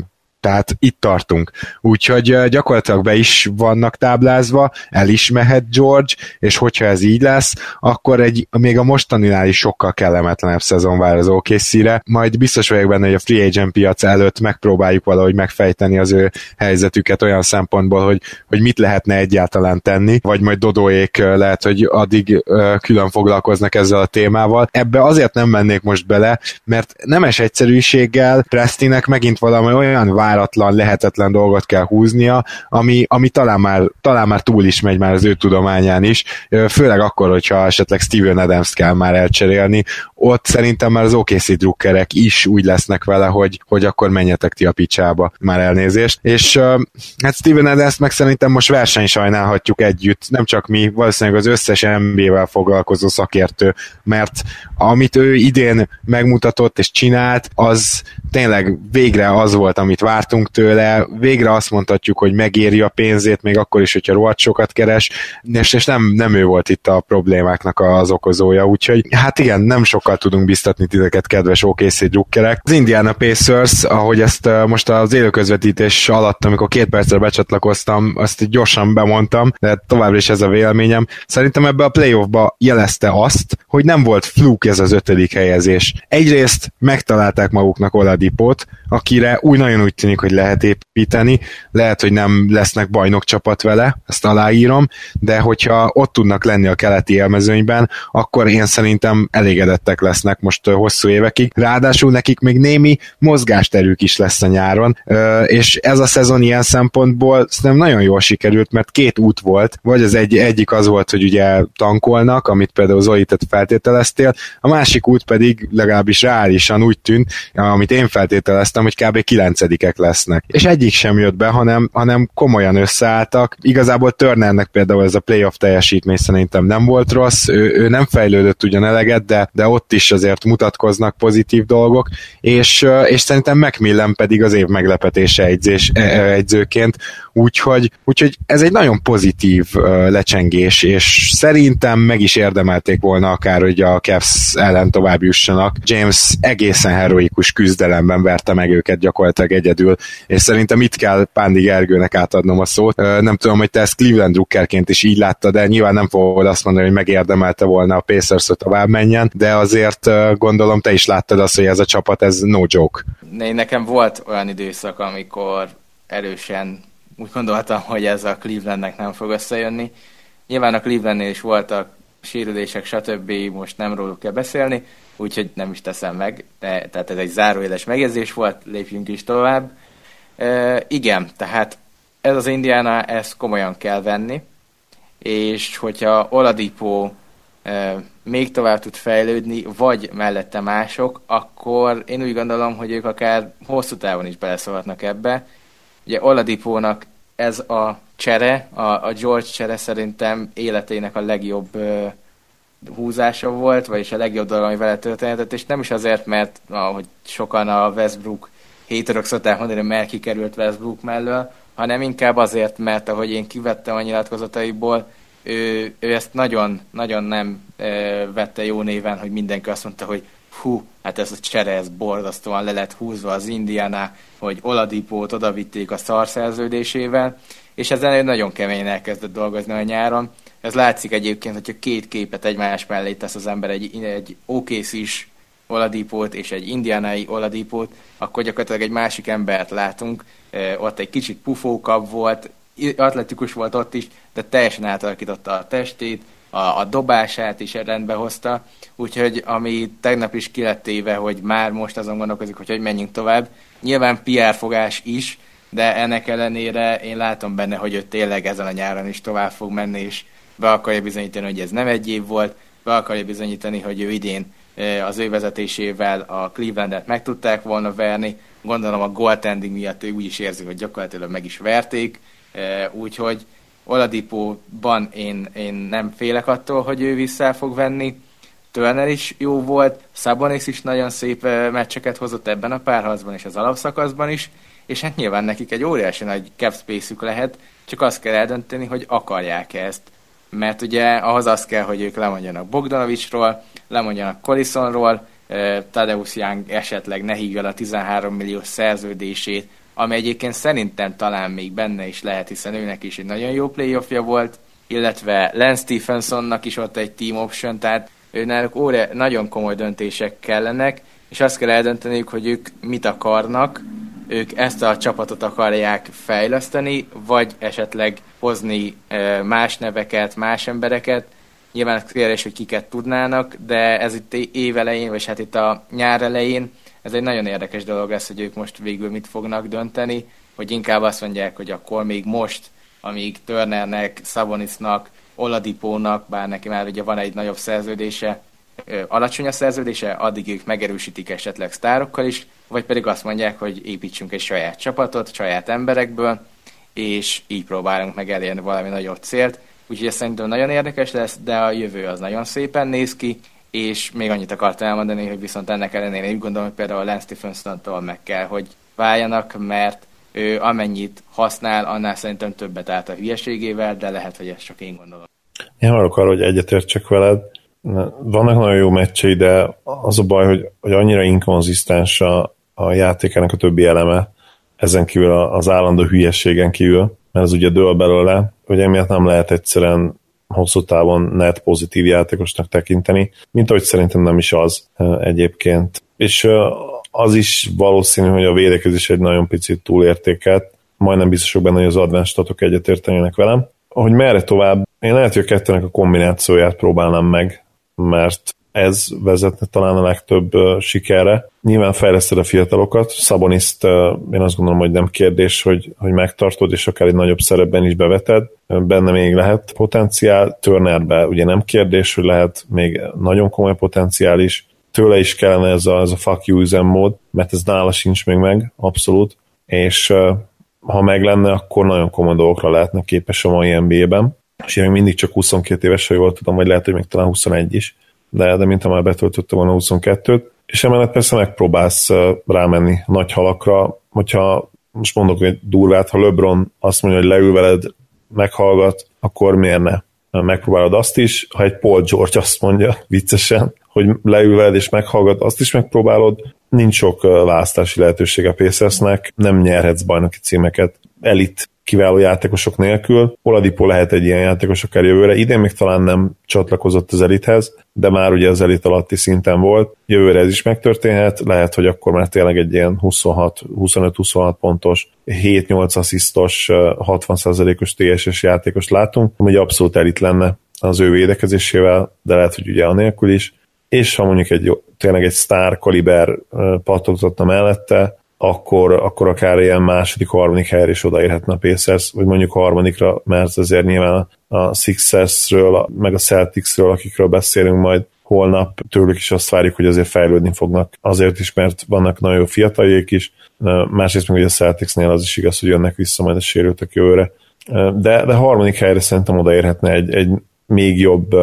Tehát itt tartunk. Úgyhogy gyakorlatilag be is vannak táblázva, el is mehet George, és hogyha ez így lesz, akkor még a mostaninál is sokkal kellemetlenebb szezon vár az OKC-re. Majd biztos vagyok benne, hogy a free agent piac előtt megpróbáljuk valahogy megfejteni az ő helyzetüket olyan szempontból, hogy mit lehetne egyáltalán tenni, vagy majd Dodóék lehet, hogy addig külön foglalkoznak ezzel a témával. Ebbe azért nem mennék most bele, mert nemes egyszerűséggel Prestinek megint valami olyan váratlan, lehetetlen dolgot kell húznia, ami talán már túl is megy már az ő tudományán is, főleg akkor, hogyha esetleg Steven Adams-t kell már elcserélni. Ott szerintem már az OKC drukkerek is úgy lesznek vele, hogy akkor menjetek ti a picsába, már elnézést. És hát Steven Adams meg szerintem most versenysajnálhatjuk együtt, nem csak mi, valószínűleg az összes NBA-vel foglalkozó szakértő, mert amit ő idén megmutatott és csinált, az tényleg végre az volt, amit vártunk tőle, végre azt mondhatjuk, hogy megéri a pénzét, még akkor is, hogyha rohadt sokat keres, és nem ő volt itt a problémáknak az okozója, úgyhogy hát igen, nem sokkal tudunk biztatni titeket, kedves OKC drukkerek. Az Indiana Pacers, ahogy ezt most az élőközvetítés alatt, amikor 2 percre becsatlakoztam, azt gyorsan bemondtam, de továbbra is ez a véleményem. Szerintem ebbe a playoffba jelezte azt, hogy nem volt fluk ez az 5. helyezés. Egyrészt megtalálták maguknak Oladipót, akire nagyon úgy tűnik, hogy lehet építeni, lehet, hogy nem lesznek bajnokcsapat vele, ezt aláírom, de hogyha ott tudnak lenni a keleti élmezőnyben, akkor én szerintem elégedettek lesznek most hosszú évekig. Ráadásul nekik még némi mozgásterük is lesz a nyáron, és ez a szezon ilyen szempontból szerintem nagyon jól sikerült, mert 2 út volt, vagy az egyik az volt, hogy ugye tankolnak, amit például Zoli, te feltételeztél, a másik út pedig legalábbis reálisan úgy tűnt, amit én feltételeztem, hogy kb. 9-ek lesznek. És egyik sem jött be, hanem komolyan összeálltak. Igazából Turnernek például ez a playoff teljesítmény szerintem nem volt rossz, ő nem fejlődött ugyan eleget, de ott is azért mutatkoznak pozitív dolgok, és szerintem Macmillan pedig az év meglepetése egyzőként, úgyhogy ez egy nagyon pozitív lecsengés, és szerintem meg is érdemelték volna akár, hogy a Cavs ellen tovább jussanak. James egészen heroikus küzdelemben verte meg őket gyakorlatilag egyedül, és szerintem itt kell Pándi Gergőnek átadnom a szót. Nem tudom, hogy te ezt Cleveland drukkerként is így láttad, de nyilván nem fogod azt mondani, hogy megérdemelte volna a Pacers, hogy tovább menjen, de azért gondolom te is láttad azt, hogy ez a csapat, ez no joke. Nekem volt olyan időszak, amikor erősen úgy gondoltam, hogy ez a Clevelandnek nem fog összejönni. Nyilván a Clevelandnél is voltak sérülések, stb. Most nem róluk kell beszélni, úgyhogy nem is teszem meg, tehát ez egy zárójeles megjegyzés volt, lépjünk is tovább. Igen, tehát ez az Indiana, ezt komolyan kell venni, és hogyha Oladipo még tovább tud fejlődni, vagy mellette mások, akkor én úgy gondolom, hogy ők akár hosszú távon is beleszólhatnak ebbe. Ugye Oladipónak ez a csere, a George csere szerintem életének a legjobb húzása volt, vagyis a legjobb dolog, ami vele történhetett, és nem is azért, mert ahogy sokan a Westbrook haterök szokták mondani, hogy mert kikerült Westbrook mellől, hanem inkább azért, mert ahogy én kivettem a nyilatkozataiból, ő ezt nagyon, nagyon nem vette jó néven, hogy mindenki azt mondta, hogy hát ez a csere, ez borzasztóan le lett húzva az Indiana, hogy Oladipót odavitték a szar szerződésével, és ezen nagyon keményen elkezdett dolgozni a nyáron. Ez látszik egyébként, hogyha 2 képet egymás mellé tesz az ember, egy OKC-s Oladipót és egy indianai Oladipót, akkor gyakorlatilag egy másik embert látunk. Ott egy kicsit pufókabb volt, atletikus volt ott is, de teljesen átalakította a testét, a dobását is rendbe hozta, úgyhogy ami tegnap is ki lett téve, hogy már most azon gondolkozik, hogy menjünk tovább. Nyilván PR fogás is, de ennek ellenére én látom benne, hogy ő tényleg ezen a nyáron is tovább fog menni, és be akarja bizonyítani, hogy ez nem egy év volt, be akarja bizonyítani, hogy ő idén az ő vezetésével a Clevelandet meg tudták volna verni. Gondolom a goaltending miatt ő úgy is érzi, hogy gyakorlatilag meg is verték, úgyhogy Oladipóban én nem félek attól, hogy ő vissza fog venni. Turner is jó volt, Sabonis is nagyon szép meccseket hozott ebben a párharcban és az alapszakaszban is, és hát nyilván nekik egy óriási nagy cap space-ük lehet, csak azt kell eldönteni, hogy akarják ezt. Mert ugye ahhoz az kell, hogy ők lemondjanak Bogdanovicsról, lemondjanak Collisonról, Tadeusz Young esetleg ne híggal a 13 milliós szerződését, ami egyébként szerintem talán még benne is lehet, hiszen őnek is egy nagyon jó playoffja volt, illetve Lance Stephensonnak is ott egy team option, tehát őnáluk nagyon komoly döntések kellenek, és azt kell eldönteniük, hogy ők mit akarnak, ők ezt a csapatot akarják fejleszteni, vagy esetleg hozni más neveket, más embereket. Nyilván a kérdés, hogy kiket tudnának, de ez itt év elején, vagy hát itt a nyár elején, ez egy nagyon érdekes dolog lesz, hogy ők most végül mit fognak dönteni, hogy inkább azt mondják, hogy akkor még most, amíg Turnernek, Sabonisnak, Oladipónak, bár neki már ugye van egy nagyobb szerződése, alacsony a szerződése, addig ők megerősítik esetleg sztárokkal is, vagy pedig azt mondják, hogy építsünk egy saját csapatot, saját emberekből, és így próbálunk meg elérni valami nagyobb célt. Úgyhogy ez szerintem nagyon érdekes lesz, de a jövő az nagyon szépen néz ki, és még annyit akartam elmondani, hogy viszont ennek ellenére úgy gondolom, hogy például Lance Stephenson-tól meg kell, hogy váljanak, mert ő amennyit használ, annál szerintem többet állt a hülyeségével, de lehet, hogy ezt csak én gondolom. Én várok arra, hogy egyetértsek veled. Vannak nagyon jó meccsei, de az a baj, hogy annyira inkonzisztens a játékának a többi eleme, ezen kívül az állandó hülyességen kívül, mert ez ugye dől belőle, hogy emiatt nem lehet egyszerűen hosszú távon net pozitív játékosnak tekinteni, mint ahogy szerintem nem is az egyébként. És az is valószínű, hogy a védekezés egy nagyon picit túlértékelt, majdnem biztosok benne, hogy az advanced statok egyetértenének velem. Hogy merre tovább, én lehet, hogy a kettőnek a kombinációját próbálnám meg, mert ez vezetne talán a legtöbb sikerre. Nyilván fejleszted a fiatalokat, Szaboniszt én azt gondolom, hogy nem kérdés, hogy megtartod, és akár egy nagyobb szerepben is beveted, benne még lehet potenciál, Turnerben ugye nem kérdés, hogy lehet még nagyon komoly potenciál is, tőle is kellene ez a fuck you üzemmód, mert ez nála sincs még meg, abszolút, és ha meg lenne, akkor nagyon komoly dolgokra lehetne képes a mai NBA-ben, és én még mindig csak 22 éves, ha jól tudom, vagy lehet, hogy még talán 21 is, de mint ha már betöltötte volna 22-t, és emellett persze megpróbálsz rámenni nagy halakra, hogyha most mondok egy durvát, ha LeBron azt mondja, hogy leül veled, meghallgat, akkor miért ne? Megpróbálod azt is, ha egy Paul George azt mondja viccesen, hogy leül veled és meghallgat, azt is megpróbálod, nincs sok választási lehetőség a Pacersnek, nem nyerhetsz bajnoki címeket elit kiváló játékosok nélkül. Oladipo lehet egy ilyen játékos akár jövőre. Idén még talán nem csatlakozott az elithez, de már ugye az elit alatti szinten volt. Jövőre ez is megtörténhet. Lehet, hogy akkor már tényleg egy ilyen 25-26 pontos, 7-8 asszisztos, 60%-os TSS játékos látunk, ami abszolút elit lenne az ő védekezésével, de lehet, hogy ugye anélkül is. És ha mondjuk tényleg egy sztár kaliber pattogtatna mellette, akkor akár ilyen második, harmadik helyre is odaérhetne a Pacers, vagy mondjuk harmadikra, mert azért nyilván a Sixersről, meg a Celticsről, akikről beszélünk majd holnap, tőlük is azt várjuk, hogy azért fejlődni fognak. Azért is, mert vannak nagyon jó fiataljék is, másrészt meg ugye a Celticsnél az is igaz, hogy jönnek vissza majd a sérültek jövőre. De harmadik helyre szerintem odaérhetne egy még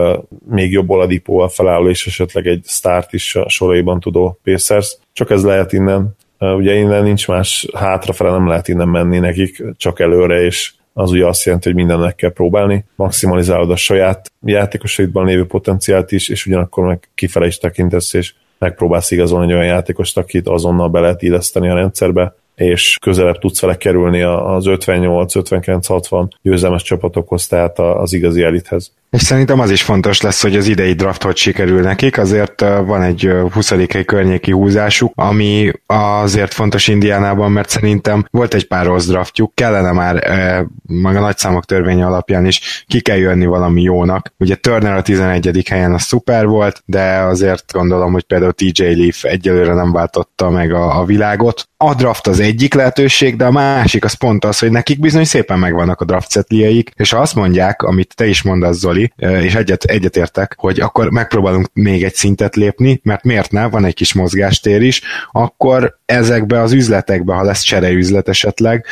jobb Oladipóval felálló, és esetleg egy sztárt is a soraiban tudó Pacers. Csak ez lehet innen. Ugye innen nincs más, hátrafele nem lehet innen menni nekik, csak előre, és az ugye azt jelenti, hogy mindennek kell próbálni. Maximalizálod a saját játékosaidban lévő potenciált is, és ugyanakkor meg kifele is tekintesz, és megpróbálsz igazolni egy olyan játékost, akit azonnal be lehet illeszteni a rendszerbe, és közelebb tudsz vele kerülni az 58-59-60 győzelmes csapatokhoz, tehát az igazi elithez. És szerintem az is fontos lesz, hogy az idei draft hogy sikerül nekik, azért van egy 20. hely környéki húzásuk, ami azért fontos Indiánában, mert szerintem volt egy pár rossz draftjuk, kellene már meg a nagyszámok törvénye alapján is ki kell jönni valami jónak. Ugye Turner a 11. helyen a szuper volt, de azért gondolom, hogy például TJ Leaf egyelőre nem váltotta meg a világot. A draft az egyik lehetőség, de a másik az pont az, hogy nekik bizony szépen megvannak a draft setlijeik, és ha azt mondják, amit te is mondasz, Zoli, és egyetértek, hogy akkor megpróbálunk még egy szintet lépni, mert miért ne, van egy kis mozgástér is, akkor ezekbe az üzletekbe, ha lesz csereüzlet esetleg,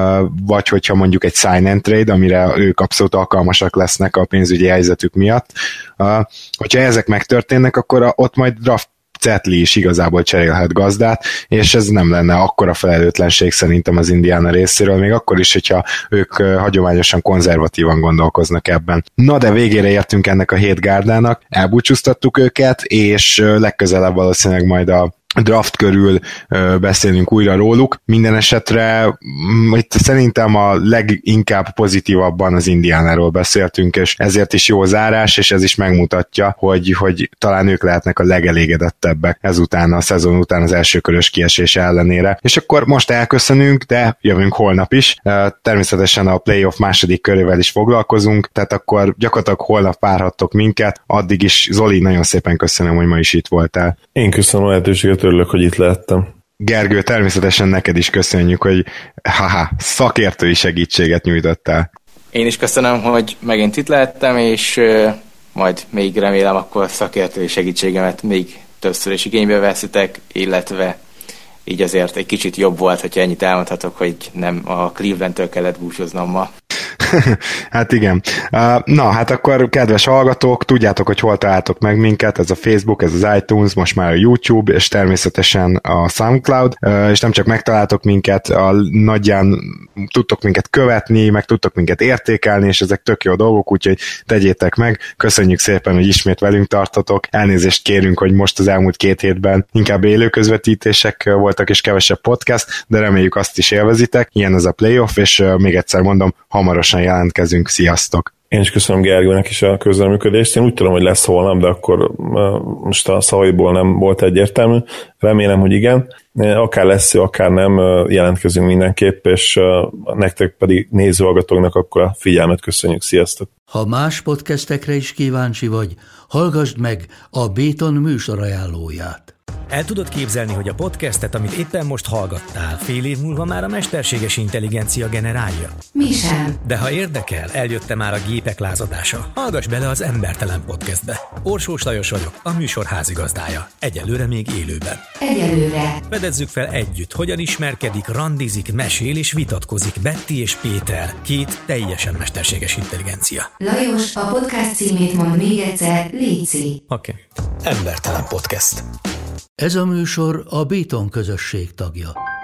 vagy hogyha mondjuk egy sign and trade, amire ők abszolút alkalmasak lesznek a pénzügyi helyzetük miatt, hogyha ezek megtörténnek, akkor ott majd draft Cetli is igazából cserélhet gazdát, és ez nem lenne akkora felelőtlenség szerintem az Indiana részéről, még akkor is, hogyha ők hagyományosan konzervatívan gondolkoznak ebben. Na de végére értünk ennek a 7 gárdának, elbúcsúztattuk őket, és legközelebb valószínűleg majd a draft körül beszélünk újra róluk. Minden esetre itt szerintem a leginkább pozitívabban az Indiánáról beszéltünk, és ezért is jó zárás, és ez is megmutatja, hogy talán ők lehetnek a legelégedettebbek ezután a szezon után az első körös kiesés ellenére. És akkor most elköszönünk, de jövünk holnap is. Természetesen a playoff második körével is foglalkozunk, tehát akkor gyakorlatilag holnap várhattok minket. Addig is, Zoli, nagyon szépen köszönöm, hogy ma is itt voltál. Én köszönöm a lehetőséget, örülök, hogy itt lehettem. Gergő, természetesen neked is köszönjük, hogy szakértői segítséget nyújtottál. Én is köszönöm, hogy megint itt lehettem, és majd még remélem akkor szakértői segítségemet még többször is igénybe veszitek, illetve így azért egy kicsit jobb volt, hogyha ennyit elmondhatok, hogy nem a Clevelandtől kellett búcsúznom ma. Hát igen. Na, hát akkor kedves hallgatók, tudjátok, hogy hol találtok meg minket, ez a Facebook, ez az iTunes, most már a YouTube, és természetesen a SoundCloud, és nem csak megtaláltok minket, nagyján tudtok minket követni, meg tudtok minket értékelni, és ezek tök jó dolgok, úgyhogy tegyétek meg. Köszönjük szépen, hogy ismét velünk tartotok. Elnézést kérünk, hogy most az elmúlt 2 hétben inkább élő közvetítések voltak, és kevesebb podcast, de reméljük azt is élvezitek. Ilyen ez a playoff, és még egyszer mondom, hamarosan jelentkezünk. Sziasztok! Én is köszönöm Gergőnek is a közreműködést. Én úgy tudom, hogy lesz holnap, de akkor most a szavaiból nem volt egyértelmű. Remélem, hogy igen. Akár lesz, akár nem, jelentkezünk mindenképp, és nektek pedig nézőhallgatóknak akkor a figyelmet köszönjük. Sziasztok! Ha más podcastekre is kíváncsi vagy, hallgassd meg a Béton műsor ajánlóját. El tudod képzelni, hogy a podcastet, amit éppen most hallgattál, fél év múlva már a mesterséges intelligencia generálja? Mi sem. De ha érdekel, eljött már a gépek lázadása. Hallgass bele az Embertelen Podcastbe. Orsós Lajos vagyok, a műsor házigazdája. Egyelőre még élőben. Egyelőre. Fedezzük fel együtt, hogyan ismerkedik, randizik, mesél és vitatkozik Betty és Péter, 2 teljesen mesterséges intelligencia. Lajos, a podcast címét mond még egyszer, léci. Oké. Embertelen Podcast. Ez a műsor a Béton közösség tagja.